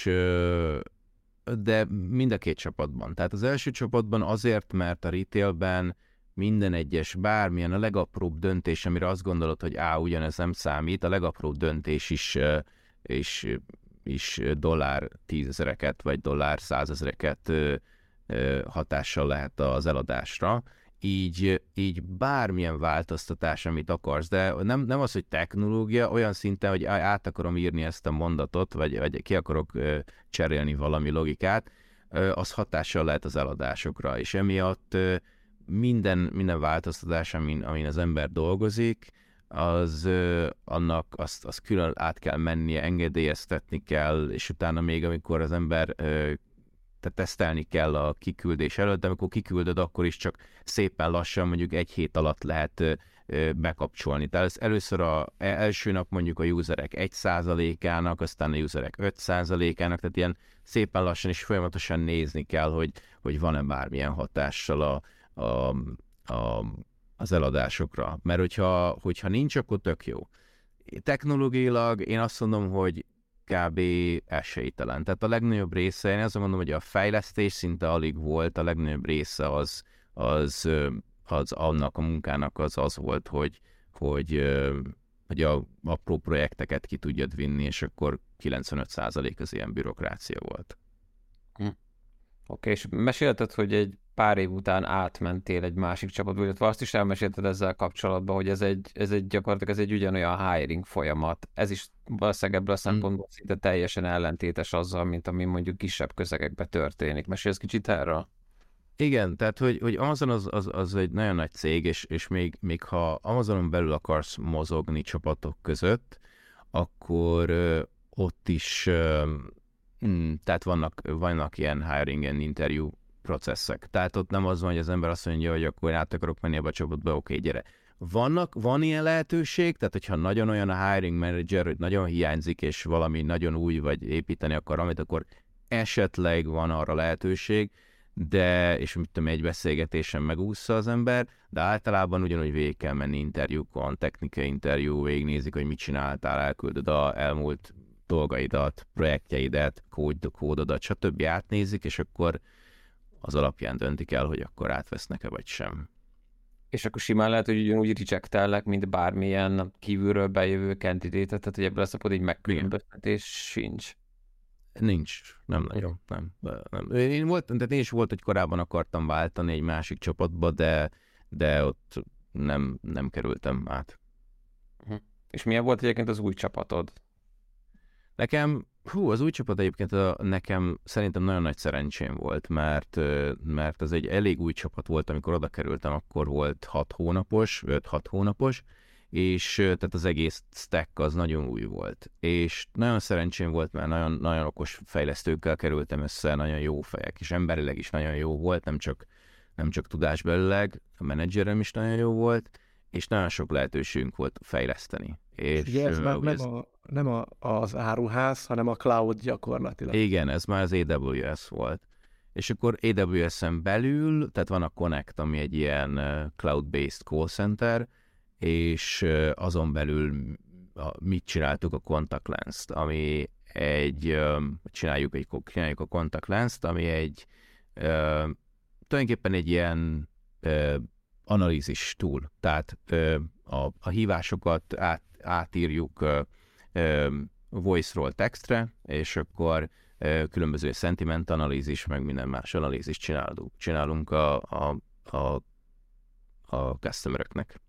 de mind a két csapatban. Tehát az első csapatban azért, mert a retailben minden egyes, bármilyen a legapróbb döntés, amire azt gondolod, hogy á, ugyanez nem számít, a legapróbb döntés is, is, is dollár tízezereket, vagy dollár százezereket hatással lehet az eladásra. Így, így bármilyen változtatás, amit akarsz, de nem, nem az, hogy technológia, olyan szinten, hogy át akarom írni ezt a mondatot, vagy, vagy ki akarok ö, cserélni valami logikát, ö, az hatással lehet az eladásokra, és emiatt ö, minden, minden változtatás, amin, amin az ember dolgozik, az ö, annak azt, azt külön át kell mennie, engedélyeztetni kell, és utána még amikor az ember ö, tehát tesztelni kell a kiküldés előtt, de amikor kiküldöd, akkor is csak szépen lassan, mondjuk egy hét alatt lehet ö, bekapcsolni. Tehát ez először az első nap mondjuk a userek egy százalékának, aztán a userek öt százalékának, tehát ilyen szépen lassan és folyamatosan nézni kell, hogy, hogy van-e bármilyen hatással a, a, a, az eladásokra. Mert hogyha, hogyha nincs, akkor tök jó. Technológiailag én azt mondom, hogy kb. Esélytelen. Tehát a legnagyobb része, én azt mondom, hogy a fejlesztés szinte alig volt, a legnagyobb része az, az, az annak a munkának az az volt, hogy, hogy, hogy a apró projekteket ki tudjad vinni, és akkor kilencvenöt százalék az ilyen bürokrácia volt. Hm. Oké, okay, és mesélted, hogy egy pár év után átmentél egy másik csapatba, illetve azt is elmesélted ezzel kapcsolatban, hogy ez egy, ez egy gyakorlatilag ez egy ugyanolyan hiring folyamat. Ez is valószínűleg ebből a szempontból szinte teljesen ellentétes azzal, mint ami mondjuk kisebb közegekben történik. Mesélsz kicsit erről? Igen, tehát hogy, hogy Amazon az, az, az egy nagyon nagy cég, és, és még, még ha Amazonon belül akarsz mozogni csapatok között, akkor ö, ott is ö, mm, tehát vannak, vannak ilyen hiring and interview processzek. Tehát ott nem az van, hogy az ember azt mondja, hogy akkor át akarok menni ebbe a csapatba, oké, okay, gyere. Vannak, van ilyen lehetőség, tehát hogyha nagyon olyan a hiring manager, hogy nagyon hiányzik, és valami nagyon új, vagy építeni akar, amit akkor esetleg van arra lehetőség, de, és mit tudom, egy beszélgetésen megúszza az ember, de általában ugyanúgy végig kell menni interjúkon, technikai interjú, végignézik, hogy mit csináltál, elküldöd a elmúlt dolgaidat, projektjeidet, kód, kódodat, stb. Átnézik, és akkor az alapján döntik el, hogy akkor átvesznek-e vagy sem. És akkor simán lehet, hogy ugyanúgy rejectellek, mint bármilyen kívülről bejövő candidatet, tehát hogy ebből a szapod így megkülönböztetés sincs. Nincs, nem nagyon, nem. nem. Én, volt, tehát én is volt, hogy korábban akartam váltani egy másik csapatba, de, de ott nem, nem kerültem át. Uh-huh. És milyen volt egyébként az új csapatod? Nekem, hú, az új csapat egyébként a, nekem szerintem nagyon nagy szerencsém volt, mert, mert ez egy elég új csapat volt, amikor oda kerültem, akkor volt hat hónapos, öt-hat hónapos, és tehát az egész stack az nagyon új volt. És nagyon szerencsém volt, mert nagyon, nagyon okos fejlesztőkkel kerültem össze, nagyon jó fejek, és emberileg is nagyon jó volt, nem csak, nem csak tudásbelileg, a menedzserem is nagyon jó volt, és nagyon sok lehetőségünk volt fejleszteni. És ugye ez már nem, a, nem a, az áruház, hanem a cloud gyakorlatilag. Igen, ez már az á dupla vé es volt. És akkor á dupla vé es-en belül, tehát van a Connect, ami egy ilyen cloud-based call center, és azon belül mit csináltuk a Contact Lens-t, ami egy, csináljuk, egy, csináljuk a Contact Lens-t, ami egy tulajdonképpen egy ilyen analízis tool, tehát a, a hívásokat át, átírjuk voice-ról textre, és akkor különböző sentiment analízis, meg minden más analízis csinálunk, csinálunk a, a, a, a customer-öknek.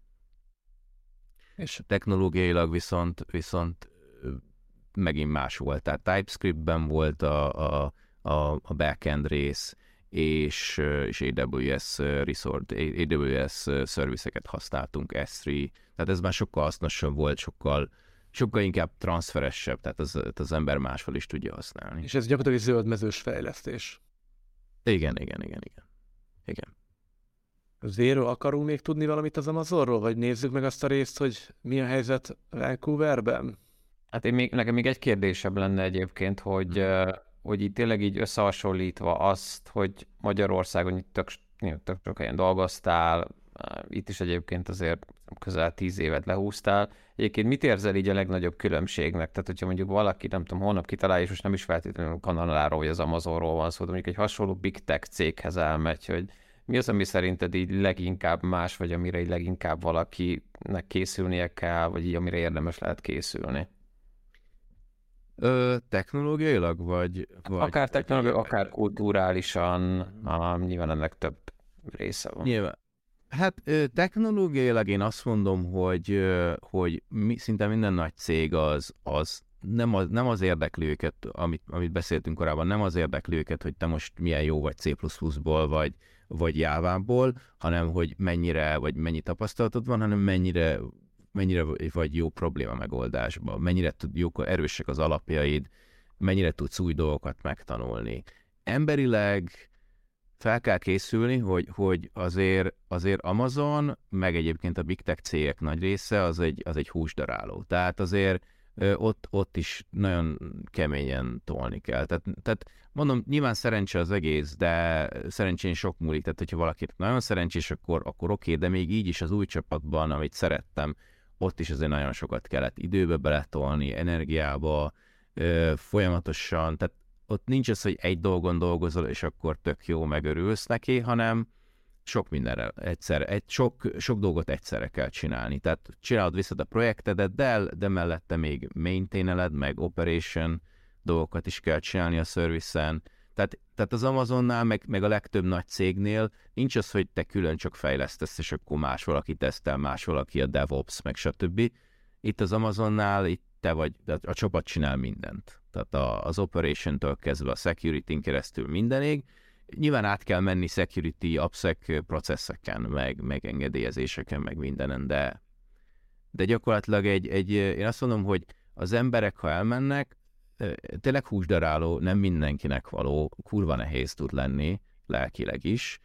És technológiailag viszont, viszont megint más volt. Tehát TypeScriptben volt a, a, a, a backend rész, és, és á dupla vé es resort, á dupla vé es szervizeket használtunk, es három, tehát ez már sokkal hasznosabb volt, sokkal, sokkal inkább transferesebb, tehát az, az ember máshol is tudja használni. És ez gyakorlatilag zöldmezős fejlesztés. Igen, igen, igen, igen. igen. Zéro, akarunk még tudni valamit az Amazonról, vagy nézzük meg azt a részt, hogy mi a helyzet Vancouverben? Hát én még, nekem még egy kérdésem lenne egyébként, hogy, uh, hogy itt tényleg így összehasonlítva azt, hogy Magyarországon itt tök, tök sok helyen dolgoztál, itt is egyébként azért közel tíz évet lehúztál. Egyébként mit érzel így a legnagyobb különbségnek? Tehát, hogyha mondjuk valaki, nem tudom, holnap kitalálja, és most nem is feltétlenül Kanadáról vagy az Amazonról van szó, de mondjuk egy hasonló big tech céghez elmegy, hogy mi az, ami szerinted így leginkább más, vagy amire így leginkább valakinek készülnie kell, vagy így amire érdemes lehet készülni? Ö, technológiailag, vagy... vagy akár technológiailag, akár kulturálisan, ah, nyilván ennek több része van. Nyilván. Hát technológiailag én azt mondom, hogy, hogy mi, szinte minden nagy cég az, az nem, az nem az érdekli őket, amit, amit beszéltünk korábban, nem az érdekli őket, hogy te most milyen jó vagy C plusz pluszból, vagy, vagy Jávából, hanem hogy mennyire, vagy mennyi tapasztalatod van, hanem mennyire, mennyire vagy jó probléma megoldásban, mennyire tud, jók, erősek az alapjaid, mennyire tudsz új dolgokat megtanulni. Emberileg fel kell készülni, hogy, hogy azért, azért Amazon, meg egyébként a big tech cégek nagy része, az egy, az egy húsdaráló. Tehát azért ö, ott, ott is nagyon keményen tolni kell. Tehát, tehát mondom, nyilván szerencse az egész, de szerencsén sok múlik. Tehát, hogyha valaki nagyon szerencsés, akkor, akkor oké, de még így is az új csapatban, amit szerettem, ott is azért nagyon sokat kellett időbe beletolni, energiába, ö, folyamatosan, tehát ott nincs az, hogy egy dolgon dolgozol, és akkor tök jó, megörülsz neki, hanem sok mindenre egyszer, egy, sok, sok dolgot egyszerre kell csinálni. Tehát csinálod vissza a projektedet, de, de mellette még maintaineled, meg operation dolgokat is kell csinálni a service-en. Tehát, tehát az Amazonnál, meg, meg a legtöbb nagy cégnél nincs az, hogy te külön csak fejlesztesz, és akkor más valaki tesztel, más valaki a DevOps, meg stb. Itt az Amazonnál, itt te vagy, a csapat csinál mindent. Tehát a, az operation-től kezdve a security-n keresztül mindenig. Nyilván át kell menni security, AppSec processzeken, meg, meg engedélyezéseken, meg mindenen, de, de gyakorlatilag egy, egy, én azt mondom, hogy az emberek, ha elmennek, tényleg húsdaráló, nem mindenkinek való, kurva nehéz tud lenni, lelkileg is,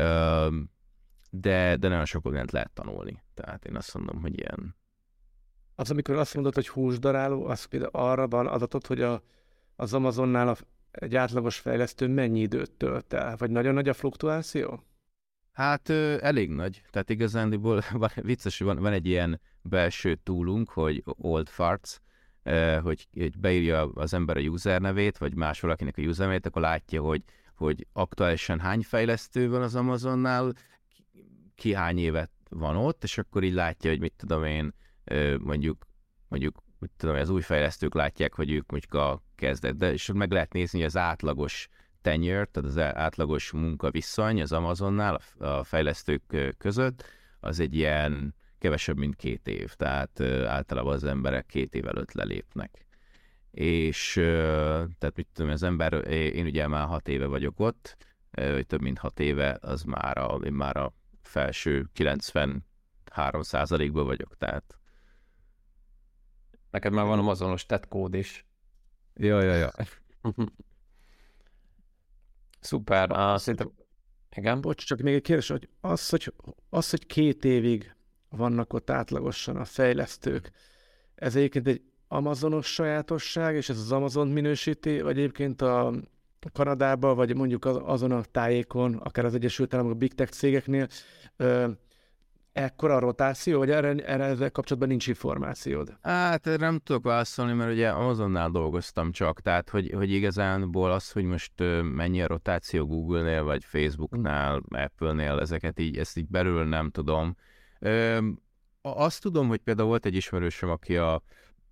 de, de nagyon sok mindent lehet tanulni. Tehát én azt mondom, hogy ilyen. Az, amikor azt mondod, hogy húsdaráló, az például arra van adatot, hogy a, az Amazonnál a, egy átlagos fejlesztő mennyi időt tölt el? Vagy nagyon nagy a fluktuáció? Hát ö, elég nagy. Tehát igazándiból van, vicces, hogy van, van egy ilyen belső túlunk, hogy old farts, ö, hogy, hogy beírja az ember a user nevét, vagy más valakinek a user nevét, akkor látja, hogy, hogy aktuálisan hány fejlesztő van az Amazonnál, ki hány évet van ott, és akkor így látja, hogy mit tudom én, mondjuk, mondjuk mit tudom, az új fejlesztők látják, hogy ők mondjuk a kezdet, de és meg lehet nézni, hogy az átlagos tenure, tehát az átlagos munkaviszony az Amazonnál a fejlesztők között, az egy ilyen kevesebb, mint két év, tehát általában az emberek két év előtt lelépnek. És tehát mit tudom, az ember, én ugye már hat éve vagyok ott, több mint hat éve, az már a, én már a felső kilencvenhárom százalékban vagyok, tehát neked már van Amazonos tett kód is. Ja, ja, ja. Szuper. Uh, szerintem... Igen? Bocs, csak még egy kérdés, hogy az, hogy az, hogy két évig vannak ott átlagosan a fejlesztők, ez egyébként egy Amazonos sajátosság, és ez az Amazon minősíti, vagy egyébként a Kanadában, vagy mondjuk azon a tájékon, akár az Egyesült Államok a big tech cégeknél, ekkora rotáció, vagy erre, erre ezzel kapcsolatban nincs információd? Hát nem tudok válaszolni, mert ugye Amazonnál dolgoztam csak, tehát hogy, hogy igazánból az, hogy most mennyi a rotáció Google-nél, vagy Facebooknál, Apple-nél, ezeket így, ezt így belül nem tudom. Ö, azt tudom, hogy például volt egy ismerősöm, aki a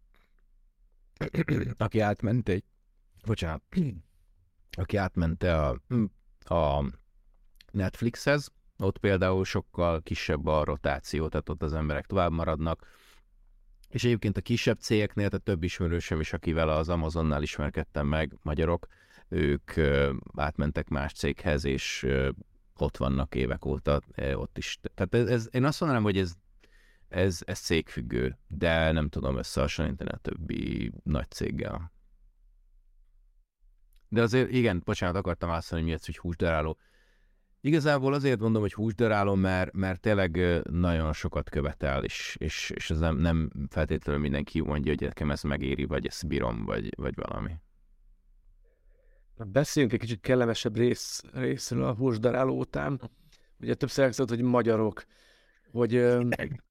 aki átment egy bocsánat, aki átmente a, a Netflixhez, ott például sokkal kisebb a rotáció, tehát ott az emberek tovább maradnak. És egyébként a kisebb cégeknél, tehát több ismerősöm is, akivel az Amazonnál ismerkedtem meg, magyarok, ők ö, átmentek más céghez, és ö, ott vannak évek óta, ö, ott is. Tehát ez, ez, én azt mondanám, hogy ez, ez, ez cégfüggő, de nem tudom összehasonlítani a többi nagy céggel. De azért igen, bocsánat, akartam azt mondani, hogy mi ez, hogy húsdaráló. Igazából azért mondom, hogy húsdarálom, mert, mert tényleg nagyon sokat követel, és, és, és ez nem, nem feltétlenül mindenki mondja, hogy nekem ez megéri, vagy ezt bírom, vagy, vagy valami. Beszéljünk egy kicsit kellemesebb rész, részről a húsdaráló után. Ugye többször elhangzott, hogy magyarok, hogy ö,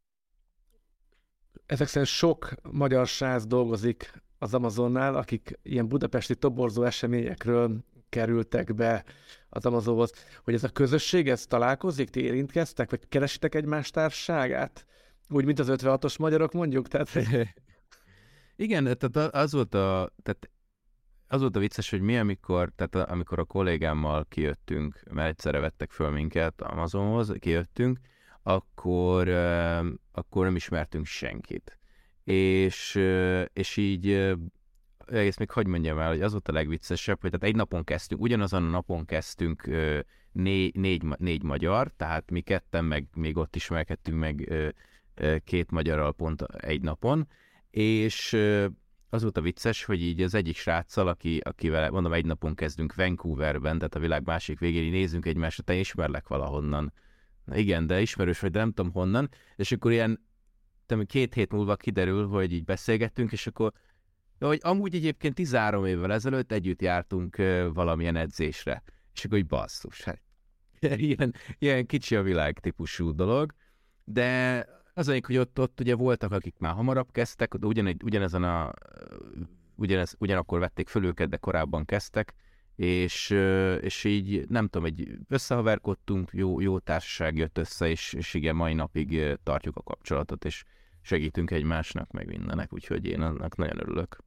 ezek szerint sok magyar srác dolgozik az Amazonnál, akik ilyen budapesti toborzó eseményekről kerültek be az Amazonhoz. Hogy ez a közösség, ez találkozik, ti érintkeztek, vagy keresitek egymás társaságát? Úgy, mint az ötvenhatos magyarok mondjuk? Tehát... Igen, tehát az volt a... Tehát az volt a vicces, hogy mi, amikor, tehát amikor a kollégámmal kijöttünk, mert egyszerre vettek föl minket Amazonhoz, kijöttünk, akkor, akkor nem ismertünk senkit. És, és így, egész még hadd mondjam el, hogy az volt a legviccesebb, hogy tehát egy napon kezdtünk, ugyanazon a napon kezdtünk négy, négy, négy magyar, tehát mi ketten meg még ott ismerkedtünk meg két magyarral pont egy napon, és az volt a vicces, hogy így az egyik sráccal, aki, akivel, mondom, egy napon kezdünk Vancouverben, tehát a világ másik végén, így nézzünk egymásra, te ismerlek valahonnan. Na igen, de ismerős vagy, de nem tudom honnan. És akkor ilyen, tudom, két hét múlva kiderül, hogy így beszélgettünk, és akkor, hogy amúgy egyébként tizenhárom évvel ezelőtt együtt jártunk uh, valamilyen edzésre. És akkor így basszus, hát ilyen, ilyen kicsi a világ típusú dolog, de az egyik, hogy ott, ott ugye voltak, akik már hamarabb kezdtek, ugyan, ugyanezen a, ugyanez, ugyanakkor vették föl őket, de korábban kezdtek, és, és így nem tudom, egy összehaverkodtunk, jó, jó társaság jött össze, és, és igen, mai napig tartjuk a kapcsolatot, és segítünk egymásnak, meg mindenek, úgyhogy én annak nagyon örülök.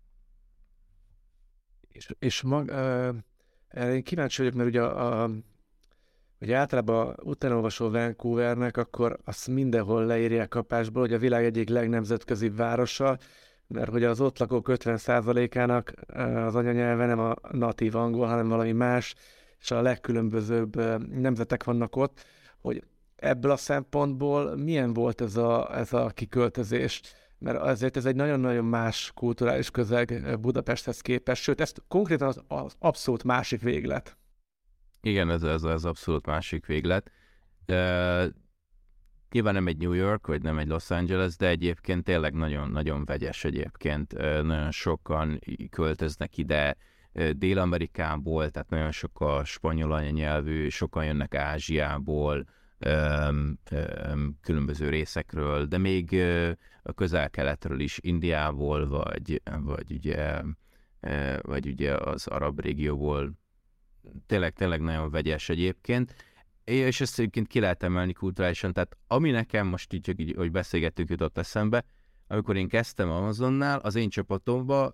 És, és mag, uh, én kíváncsi vagyok, mert ugye a, a hogy általában utánolvasol Vancouvernek, akkor azt mindenhol leírják kapásból, hogy a világ egyik legnemzetközibb városa, mert hogy az ott lakók ötven százalékának az anyanyelve nem a natív angol, hanem valami más, és a legkülönbözőbb nemzetek vannak ott, hogy ebből a szempontból milyen volt ez a, ez a kiköltözés? Mert azért ez egy nagyon-nagyon más kulturális közeg Budapesthez képest, sőt, ez konkrétan az, az abszolút másik véglet. Igen, ez, ez az abszolút másik véglet. Uh, nyilván nem egy New York, vagy nem egy Los Angeles, de egyébként tényleg nagyon-nagyon vegyes egyébként. Uh, nagyon sokan költöznek ide uh, Dél-Amerikából, tehát nagyon sok a spanyol anyanyelvű, sokan jönnek Ázsiából, um, um, különböző részekről, de még uh, a közel-keletről is, Indiából, vagy, vagy, ugye, uh, vagy ugye az arab régióból. Tényleg, tényleg nagyon vegyes egyébként, és ezt egyébként ki lehet emelni kulturálisan, tehát ami nekem most így, így hogy beszélgettünk, jutott eszembe, amikor én kezdtem Amazonnál, az én csapatomban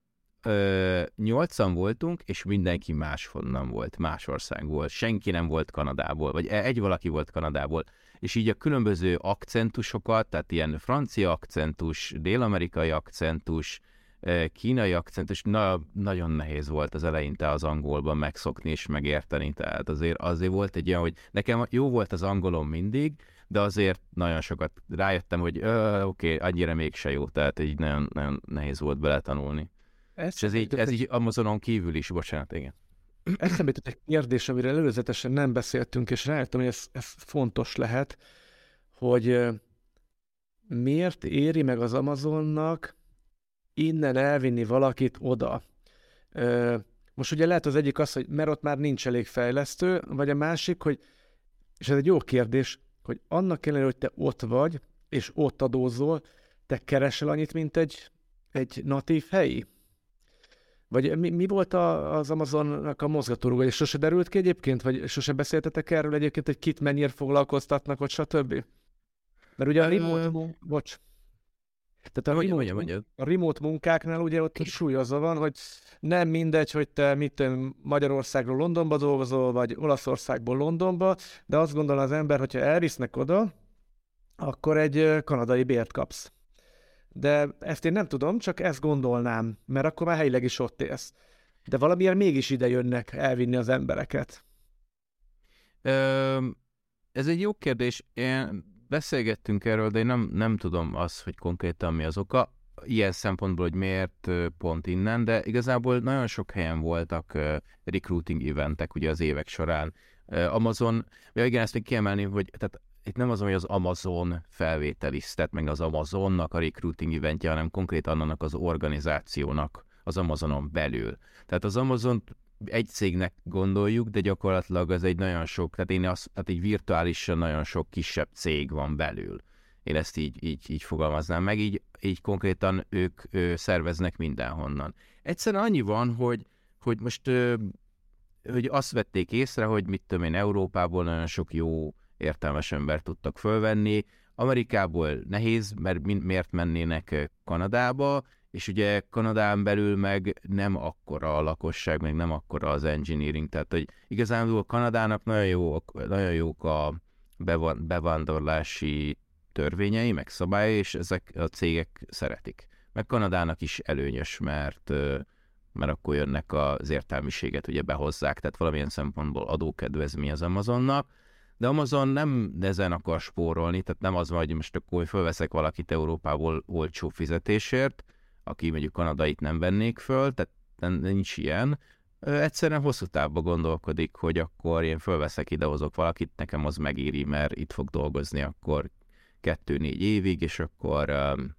ö, nyolcan voltunk, és mindenki máshonnan volt, más országból, senki nem volt Kanadából, vagy egy valaki volt Kanadából, és így a különböző akcentusokat, tehát ilyen francia akcentus, dél-amerikai akcentus, kínai akcentus, na, nagyon nehéz volt az eleinte az angolban megszokni és megérteni, tehát azért, azért volt egy olyan, hogy nekem jó volt az angolom mindig, de azért nagyon sokat rájöttem, hogy oké, okay, annyira mégse jó, tehát így nagyon, nagyon nehéz volt beletanulni. Ez és ez így, ez így Amazonon kívül is, bocsánat, igen. Eszembe jutott egy kérdés, amire előzetesen nem beszéltünk, és rájöttem, hogy ez, ez fontos lehet, hogy miért éri meg az Amazonnak innen elvinni valakit oda. Most ugye lehet az egyik az, hogy mert ott már nincs elég fejlesztő, vagy a másik, hogy, és ez egy jó kérdés, hogy annak ellenére, hogy te ott vagy, és ott adózol, te keresel annyit, mint egy, egy natív helyi? Vagy mi, mi volt a, az Amazonnak a mozgatórugó, és sose derült ki egyébként, vagy sose beszéltetek erről egyébként, hogy kit mennyire foglalkoztatnak, vagy stb.? Mert ugye a remote... Bocs. Tehát a remote, mondja, mondja. a remote munkáknál ugye ott súlyozva van, hogy nem mindegy, hogy te mit Magyarországról Londonba dolgozol, vagy Olaszországból Londonba, de azt gondol az ember, hogyha elvisznek oda, akkor egy kanadai bért kapsz. De ezt én nem tudom, csak ezt gondolnám, mert akkor már helyileg is ott élsz. De valamiért mégis ide jönnek elvinni az embereket. Ö, ez egy jó kérdés. Én beszélgettünk erről, de én nem, nem tudom azt, hogy konkrétan mi az oka. Ilyen szempontból, hogy miért pont innen, de igazából nagyon sok helyen voltak recruiting eventek ugye az évek során. Amazon, ja igen, ezt még kiemelném, hogy tehát itt nem az, hogy az Amazon felvételiztet, meg az Amazonnak a recruiting eventje, hanem konkrétan annak az organizációnak az Amazonon belül. Tehát az Amazon egy cégnek gondoljuk, de gyakorlatilag az egy nagyon sok, tehát én azt, tehát így virtuálisan nagyon sok kisebb cég van belül. Én ezt így, így, így fogalmaznám meg, így, így konkrétan ők ő, szerveznek mindenhonnan. Egyszerűen annyi van, hogy, hogy most ö, hogy azt vették észre, hogy mit tudom én, Európából nagyon sok jó, értelmes embert tudtak fölvenni, Amerikából nehéz, mert miért mennének Kanadába, és ugye Kanadán belül meg nem akkora a lakosság, meg nem akkora az engineering, tehát hogy igazán a Kanadának nagyon, jó, nagyon jók a bevándorlási törvényei, meg szabályai, és ezek a cégek szeretik. Meg Kanadának is előnyös, mert, mert akkor jönnek az értelmiséget, ugye behozzák, tehát valamilyen szempontból adókedvezmény az Amazonnak, de Amazon nem ezen akar spórolni, tehát nem az van, hogy most akkor fölveszek valakit Európából olcsó fizetésért, aki mondjuk kanadait nem vennék föl, tehát nincs ilyen. Egyszerűen hosszú távban gondolkodik, hogy akkor én fölveszek, idehozok valakit, nekem az megéri, mert itt fog dolgozni akkor kettő-négy évig, és akkor um,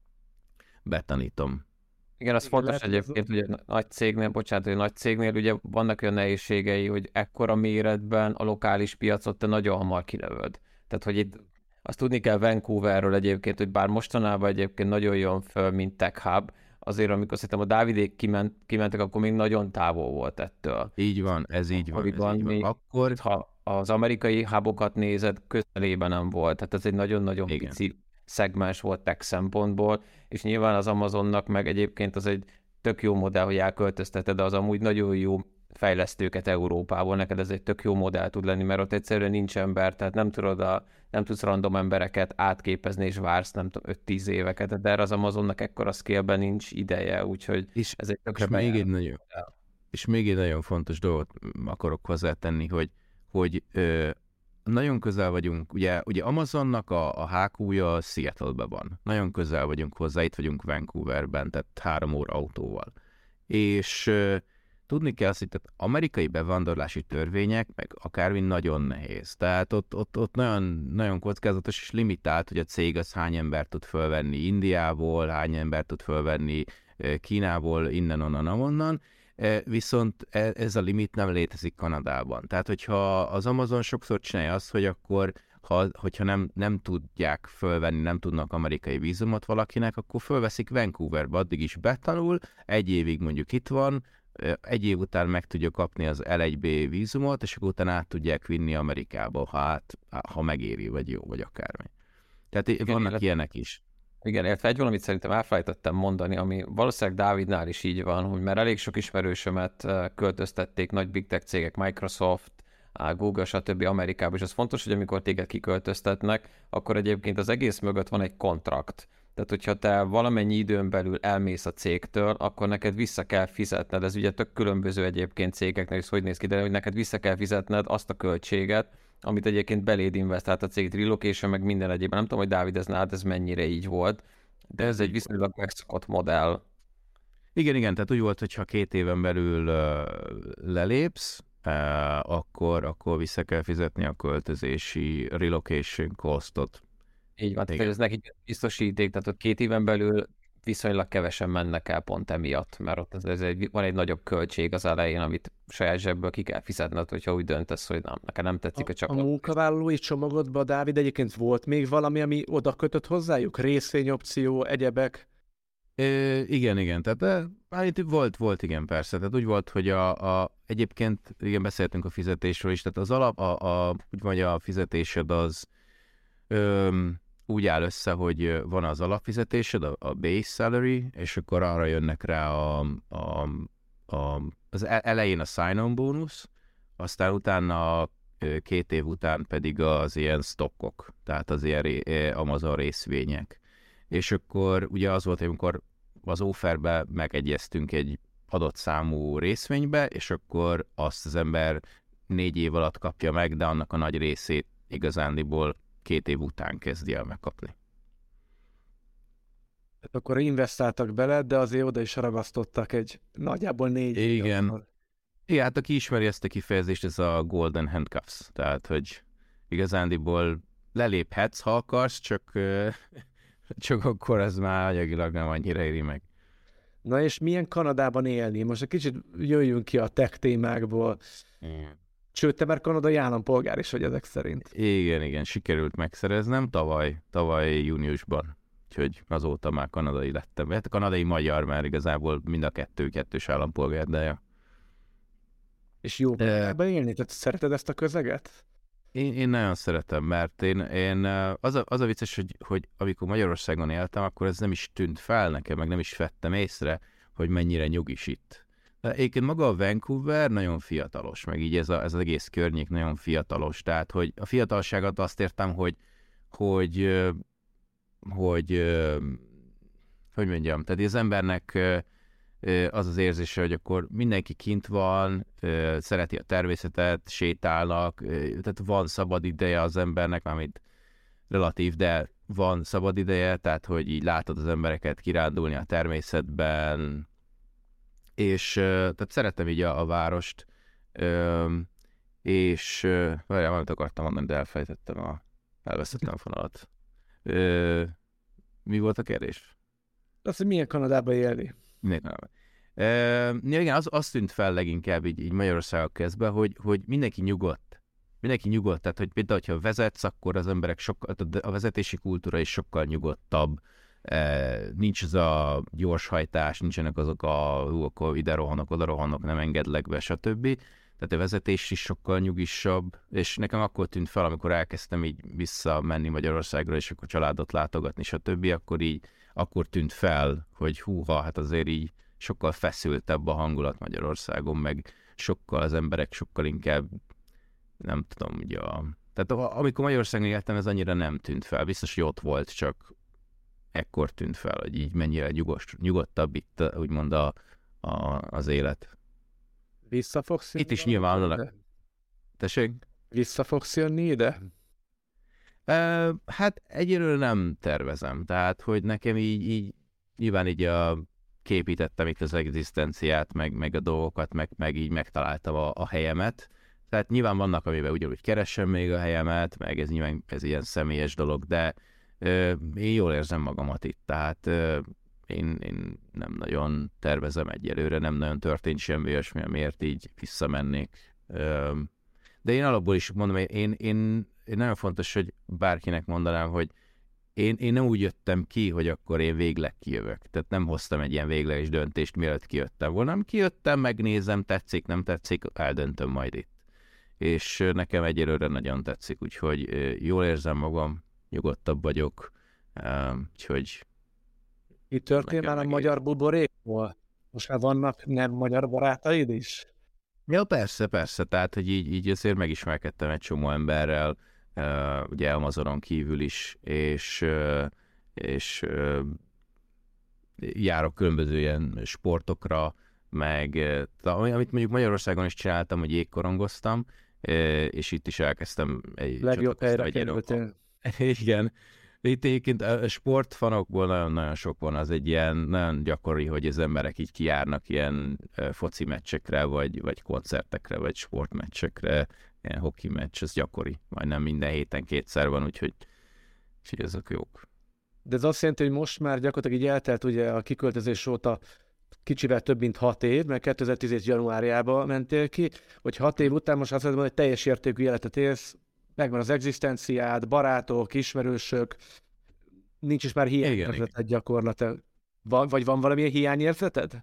betanítom. Igen, az fontos egyébként, hogy a nagy cégnél, bocsánat, hogy a nagy cégnél ugye vannak olyan nehézségei, hogy ekkora méretben a lokális piacot te nagyon hamar kilövöd. Tehát, hogy itt azt tudni kell Vancouverről egyébként, hogy bár mostanában egyébként nagyon jön föl, mint tech hub, azért amikor szerintem a Dávidék kiment, kimentek, akkor még nagyon távol volt ettől. Így van, ez így van. Ez így van. Akkor... Ha az amerikai hubokat nézed, közelében nem volt. Tehát ez egy nagyon-nagyon Igen. pici szegmens volt tech szempontból, és nyilván az Amazonnak meg egyébként az egy tök jó modell, hogy elköltözteted, de az amúgy nagyon jó fejlesztőket Európából, neked ez egy tök jó modell tud lenni, mert ott egyszerűen nincs ember, tehát nem tudod a, nem tudsz random embereket átképezni, és vársz nem tudom, öt-tíz éveket, de erre az Amazonnak ekkora scale-ben nincs ideje, úgyhogy és, ez egy tök és még egy nagyon, és még egy nagyon fontos dolgot akarok hozzátenni, hogy, hogy ö, nagyon közel vagyunk, ugye, ugye Amazonnak a, a há kúja Seattle-ben van. Nagyon közel vagyunk hozzá, itt vagyunk Vancouverben, tehát három óra autóval. És uh, tudni kell azt, hogy tehát amerikai bevándorlási törvények, meg akármi nagyon nehéz. Tehát ott, ott, ott nagyon, nagyon kockázatos és limitált, hogy a cég az hány embert tud fölvenni Indiából, hány embert tud fölvenni uh, Kínából, innen, onnan, onnan. Viszont ez a limit nem létezik Kanadában. Tehát, hogyha az Amazon sokszor csinálja azt, hogy akkor, ha, hogyha nem, nem tudják fölvenni, nem tudnak amerikai vízumot valakinek, akkor fölveszik Vancouverbe, addig is betanul, egy évig mondjuk itt van, egy év után meg tudja kapni az el egy bé vízumot, és akkor utána át tudják vinni Amerikába, ha, át, ha megéri, vagy jó, vagy akármi. Tehát Igen, vannak illetve... ilyenek is. Igen, illetve egy valamit szerintem elfelejtettem mondani, ami valószínűleg Dávidnál is így van, hogy mert elég sok ismerősömet költöztették nagy big tech cégek, Microsoft, Google, stb. Amerikába, és az fontos, hogy amikor téged kiköltöztetnek, akkor egyébként az egész mögött van egy kontrakt. Tehát, hogyha te valamennyi időn belül elmész a cégtől, akkor neked vissza kell fizetned. Ez ugye tök különböző egyébként cégeknek is, hogy néz ki, de hogy neked vissza kell fizetned azt a költséget, amit egyébként beléd investált a cég, relocation, meg minden egyébben. Nem tudom, hogy Dávid, ez nálad ez mennyire így volt, de ez egy viszonylag megszokott modell. Igen, igen, tehát úgy volt, hogyha két éven belül uh, lelépsz, uh, akkor, akkor vissza kell fizetni a költözési relocation costot. Így van, tehát ez nekik biztosíték, tehát ott két éven belül viszonylag kevesen mennek el pont emiatt, mert ott ez, ez egy, van egy nagyobb költség az elején, amit saját zsebből ki kell fizetned, hogyha úgy döntesz, hogy nem, nekem nem tetszik a, a csapat. A munkavállalói csomagodban, Dávid, egyébként volt még valami, ami oda kötött hozzájuk? Részvényopció, egyebek? É, igen, igen, tehát de, itt volt, volt, igen, persze. Tehát úgy volt, hogy a, a, egyébként, igen, beszéltünk a fizetésről is, tehát az alap, a, a, úgy vagy a fizetésed az öm, úgy áll össze, hogy van az alapfizetésed, a, a base salary, és akkor arra jönnek rá a, a, a, az elején a sign-on bónusz, aztán utána két év után pedig az ilyen stockok, tehát az ilyen Amazon részvények. És akkor ugye az volt, hogy amikor az offerbe megegyeztünk egy adott számú részvénybe, és akkor azt az ember négy év alatt kapja meg, de annak a nagy részét igazándiból két év után kezdi el megkapni. Akkor investáltak bele, de azért oda is ragasztottak egy nagyjából négy Igen. évvel. Igen, hát aki ismeri ezt a kifejezést, ez a golden handcuffs, tehát, hogy igazándiból leléphetsz, ha akarsz, csak, csak akkor ez már anyagilag nem annyira éri meg. Na és milyen Kanadában élni? Most egy kicsit jöjjünk ki a tech témákból. Igen. Sőt, te már kanadai állampolgár is vagy ezek szerint. Igen, igen, sikerült megszereznem tavaly, tavaly júniusban, úgyhogy azóta már kanadai lettem. Hát kanadai magyar, mert igazából mind a kettő kettős állampolgár, de ja. És jó Kanadában élni? Tehát szereted ezt a közeget? Én, én nagyon szeretem, mert én, én az, a, az a vicces, hogy, hogy amikor Magyarországon éltem, akkor ez nem is tűnt fel nekem, meg nem is vettem észre, hogy mennyire nyugis itt. De egyébként maga a Vancouver nagyon fiatalos, meg így ez, a, ez az egész környék nagyon fiatalos, tehát hogy a fiatalságot azt értem, hogy hogy, hogy, hogy mondjam, tehát az embernek az az érzése, hogy akkor mindenki kint van, szereti a természetet, sétálnak, tehát van szabad ideje az embernek, amit relatív, de van szabad ideje, tehát hogy így látod az embereket kirándulni a természetben, és tehát szeretem így a, a várost, és várjál, valamit akartam mondani, de elfelejtettem, a, elvesztettem a fonalat. Mi volt a kérdés? Azt, hogy milyen Kanadában élni? Mindenki Uh, igen, az, az tűnt fel leginkább így, így Magyarországon kezdve, hogy, hogy mindenki nyugodt. Mindenki nyugodt, tehát hogy például, hogyha vezetsz, akkor az emberek sokkal, a vezetési kultúra is sokkal nyugodtabb. Uh, nincs az a gyorshajtás, nincsenek azok a hú, akkor ide rohanok, oda rohanok, nem engedlek be, stb. Tehát a vezetés is sokkal nyugisabb, és nekem akkor tűnt fel, amikor elkezdtem így visszamenni Magyarországra, és akkor családot látogatni, stb. Akkor így, akkor tűnt fel, hogy húha, hát azért így sokkal feszültebb a hangulat Magyarországon, meg sokkal az emberek sokkal inkább, nem tudom, ugye a... Tehát amikor Magyarországon éltem, ez annyira nem tűnt fel. Biztos, hogy ott volt, csak ekkor tűnt fel, hogy így mennyire nyugos, nyugodtabb itt úgymond a, a, az élet. Vissza fogsz jönni? Itt is nyilvánvalóan. Tessék? Vissza fogsz jönni ide? Uh, hát egyelőre nem tervezem. Tehát, hogy nekem így, így nyilván így a képítettem itt az egzisztenciát, meg, meg a dolgokat, meg, meg így megtaláltam a, a helyemet. Tehát nyilván vannak, amiben ugyanúgy keresem még a helyemet, meg ez nyilván ez ilyen személyes dolog, de ö, én jól érzem magamat itt, tehát ö, én, én nem nagyon tervezem egyelőre, nem nagyon történt semmi olyasmi, miért így visszamennék. Ö, de én alapból is mondom, én, én, én nagyon fontos, hogy bárkinek mondanám, hogy Én, én nem úgy jöttem ki, hogy akkor én végleg kijövök. Tehát nem hoztam egy ilyen végleges döntést, mielőtt kijöttem volna. Nem kijöttem, megnézem, tetszik, nem tetszik, eldöntöm majd itt. És nekem egyelőre nagyon tetszik, úgyhogy jól érzem magam, nyugodtabb vagyok, úgyhogy... Itt történt már a magyar buborékból? Most már vannak nem magyar barátaid is? Ja, persze, persze, tehát, hogy így, így azért megismerkedtem egy csomó emberrel, Uh, ugye Amazonon kívül is, és, uh, és uh, járok különböző ilyen sportokra, meg uh, amit mondjuk Magyarországon is csináltam, hogy jégkorongoztam, uh, és itt is elkezdtem egy legjobb helyre kerültél. Igen. Itt egyébként a sportfanokból nagyon-nagyon sok van, az egy ilyen nagyon gyakori, hogy az emberek így kijárnak ilyen uh, foci meccsekre, vagy, vagy koncertekre, vagy sportmeccsekre, ilyen hoki meccs, ez gyakori. Majdnem minden héten kétszer van, úgyhogy, úgyhogy ezek jók. De ez azt jelenti, hogy most már gyakorlatilag így eltelt ugye a kiköltözés óta kicsivel több mint hat év, mert kétezer-tíz januárjában mentél ki, hogy hat év után most azt mondom, hogy teljes értékű életet élsz, megvan az egzisztenciád, barátok, ismerősök, nincs is már hiányérzeted gyakorlatilag. Van, vagy van valamilyen hiányérzeted?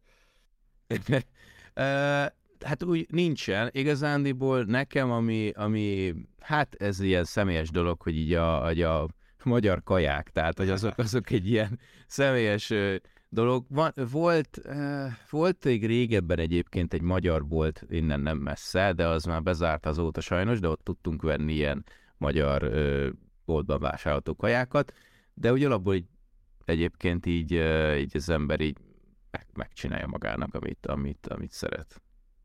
Hát úgy nincsen. Igazándiból nekem, ami, ami, hát ez ilyen személyes dolog, hogy így a, hogy a magyar kaják, tehát hogy azok, azok egy ilyen személyes dolog. Van, volt, volt egy régebben egyébként egy magyar bolt innen nem messze, de az már bezárt azóta sajnos, de ott tudtunk venni ilyen magyar boltban vásárolható kajákat, de úgy alapból így, egyébként így, így az ember így meg, megcsinálja magának, amit, amit, amit szeret.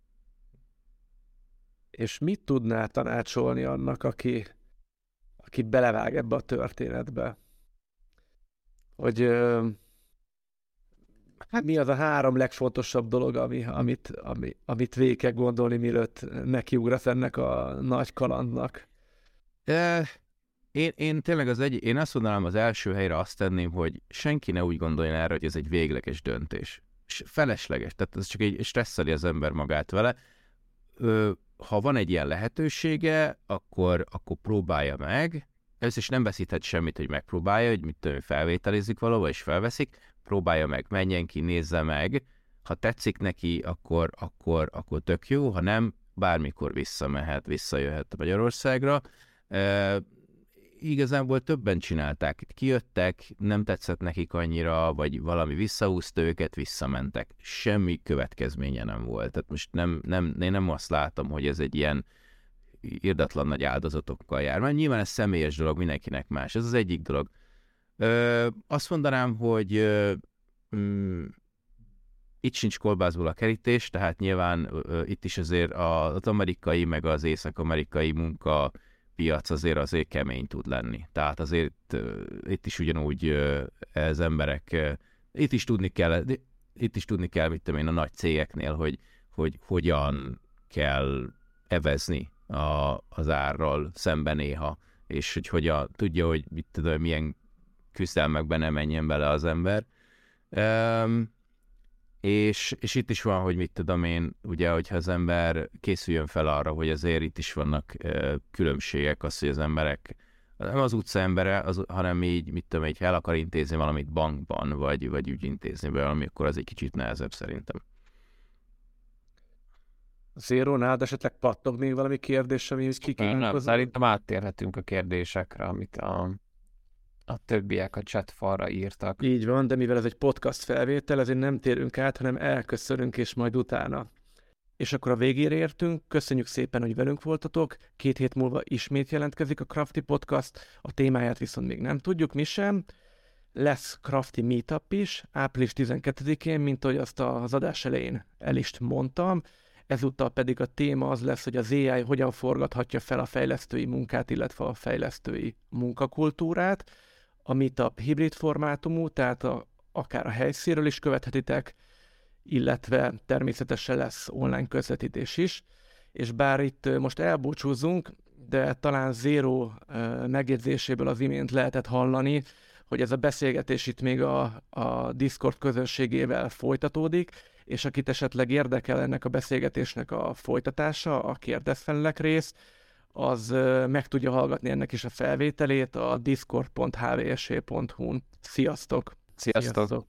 És mit tudnál tanácsolni annak, aki, aki belevág ebbe a történetbe? Hogy Hát mi az a három legfontosabb dolog, ami, amit, ami, amit végig kell gondolni, mielőtt nekiugrasz ennek a nagy kalandnak? E, én, én tényleg az egy, én azt mondanám, az első helyre azt tenném, hogy senki ne úgy gondoljon erre, hogy ez egy végleges döntés. És felesleges, tehát ez csak egy stresszeli az ember magát vele. Ö, ha van egy ilyen lehetősége, akkor, akkor próbálja meg. Először is nem veszíthet semmit, hogy megpróbálja, hogy mit tudom, felvételizik valahol, és felveszik. Próbálja meg, menjen ki, nézze meg. Ha tetszik neki, akkor, akkor, akkor tök jó, ha nem, bármikor visszamehet, visszajöhet Magyarországra. E, igazából többen csinálták, kijöttek, nem tetszett nekik annyira, vagy valami visszahúzta őket, visszamentek. Semmi következménye nem volt. Tehát most nem, nem, én nem azt látom, hogy ez egy ilyen irdatlan nagy áldozatokkal jár. Mert nyilván ez személyes dolog, mindenkinek más. Ez az egyik dolog. Ö, azt mondanám, hogy ö, mm, itt sincs kolbászból a kerítés, tehát nyilván ö, itt is azért az amerikai, meg az észak-amerikai munka piac azért azért kemény tud lenni. Tehát azért uh, itt is ugyanúgy uh, ez emberek, uh, itt is tudni kell, itt is tudni kell, mit tudom én, a nagy cégeknél, hogy, hogy hogyan kell evezni a, az árral szemben néha, és hogy hogyan tudja, hogy mit tudom, milyen küzdelmekben nem menjen bele az ember. Um, És, és itt is van, hogy mit tudom én, ugye, hogyha az ember készüljön fel arra, hogy azért itt is vannak e, különbségek, az, hogy az emberek, nem az utca embere, az, hanem így, mit tudom, így el akar intézni valamit bankban, vagy, vagy ügyintézni valami, akkor az egy kicsit nehezebb szerintem. Zero, nálad esetleg pattog még valami kérdés, ami kikívánkozunk? Szerintem áttérhetünk a kérdésekre, amit a... a többiek a chat falra írtak. Így van, de mivel ez egy podcast felvétel, ezért nem térünk át, hanem elköszönünk, és majd utána. És akkor a végére értünk, köszönjük szépen, hogy velünk voltatok, két hét múlva ismét jelentkezik a Crafty Podcast, a témáját viszont még nem tudjuk, mi sem. Lesz Crafty Meetup is, április tizenkettedikén, mint ahogy azt az adás elején el is mondtam. Ezúttal pedig a téma az lesz, hogy az á i hogyan forgathatja fel a fejlesztői munkát, illetve a fejlesztői munkakultúrát. A Meetup hibrid formátumú, tehát a, akár a helyszínről is követhetitek, illetve természetesen lesz online közvetítés is. És bár itt most elbúcsúzunk, de talán Zero megjegyzéséből az imént lehetett hallani, hogy ez a beszélgetés itt még a, a Discord közönségével folytatódik, és akit esetleg érdekel ennek a beszélgetésnek a folytatása, a kérdezfelelek rész, az meg tudja hallgatni ennek is a felvételét a discord pont h v s e pont h u-n. Sziasztok! Sziasztok! Sziasztok.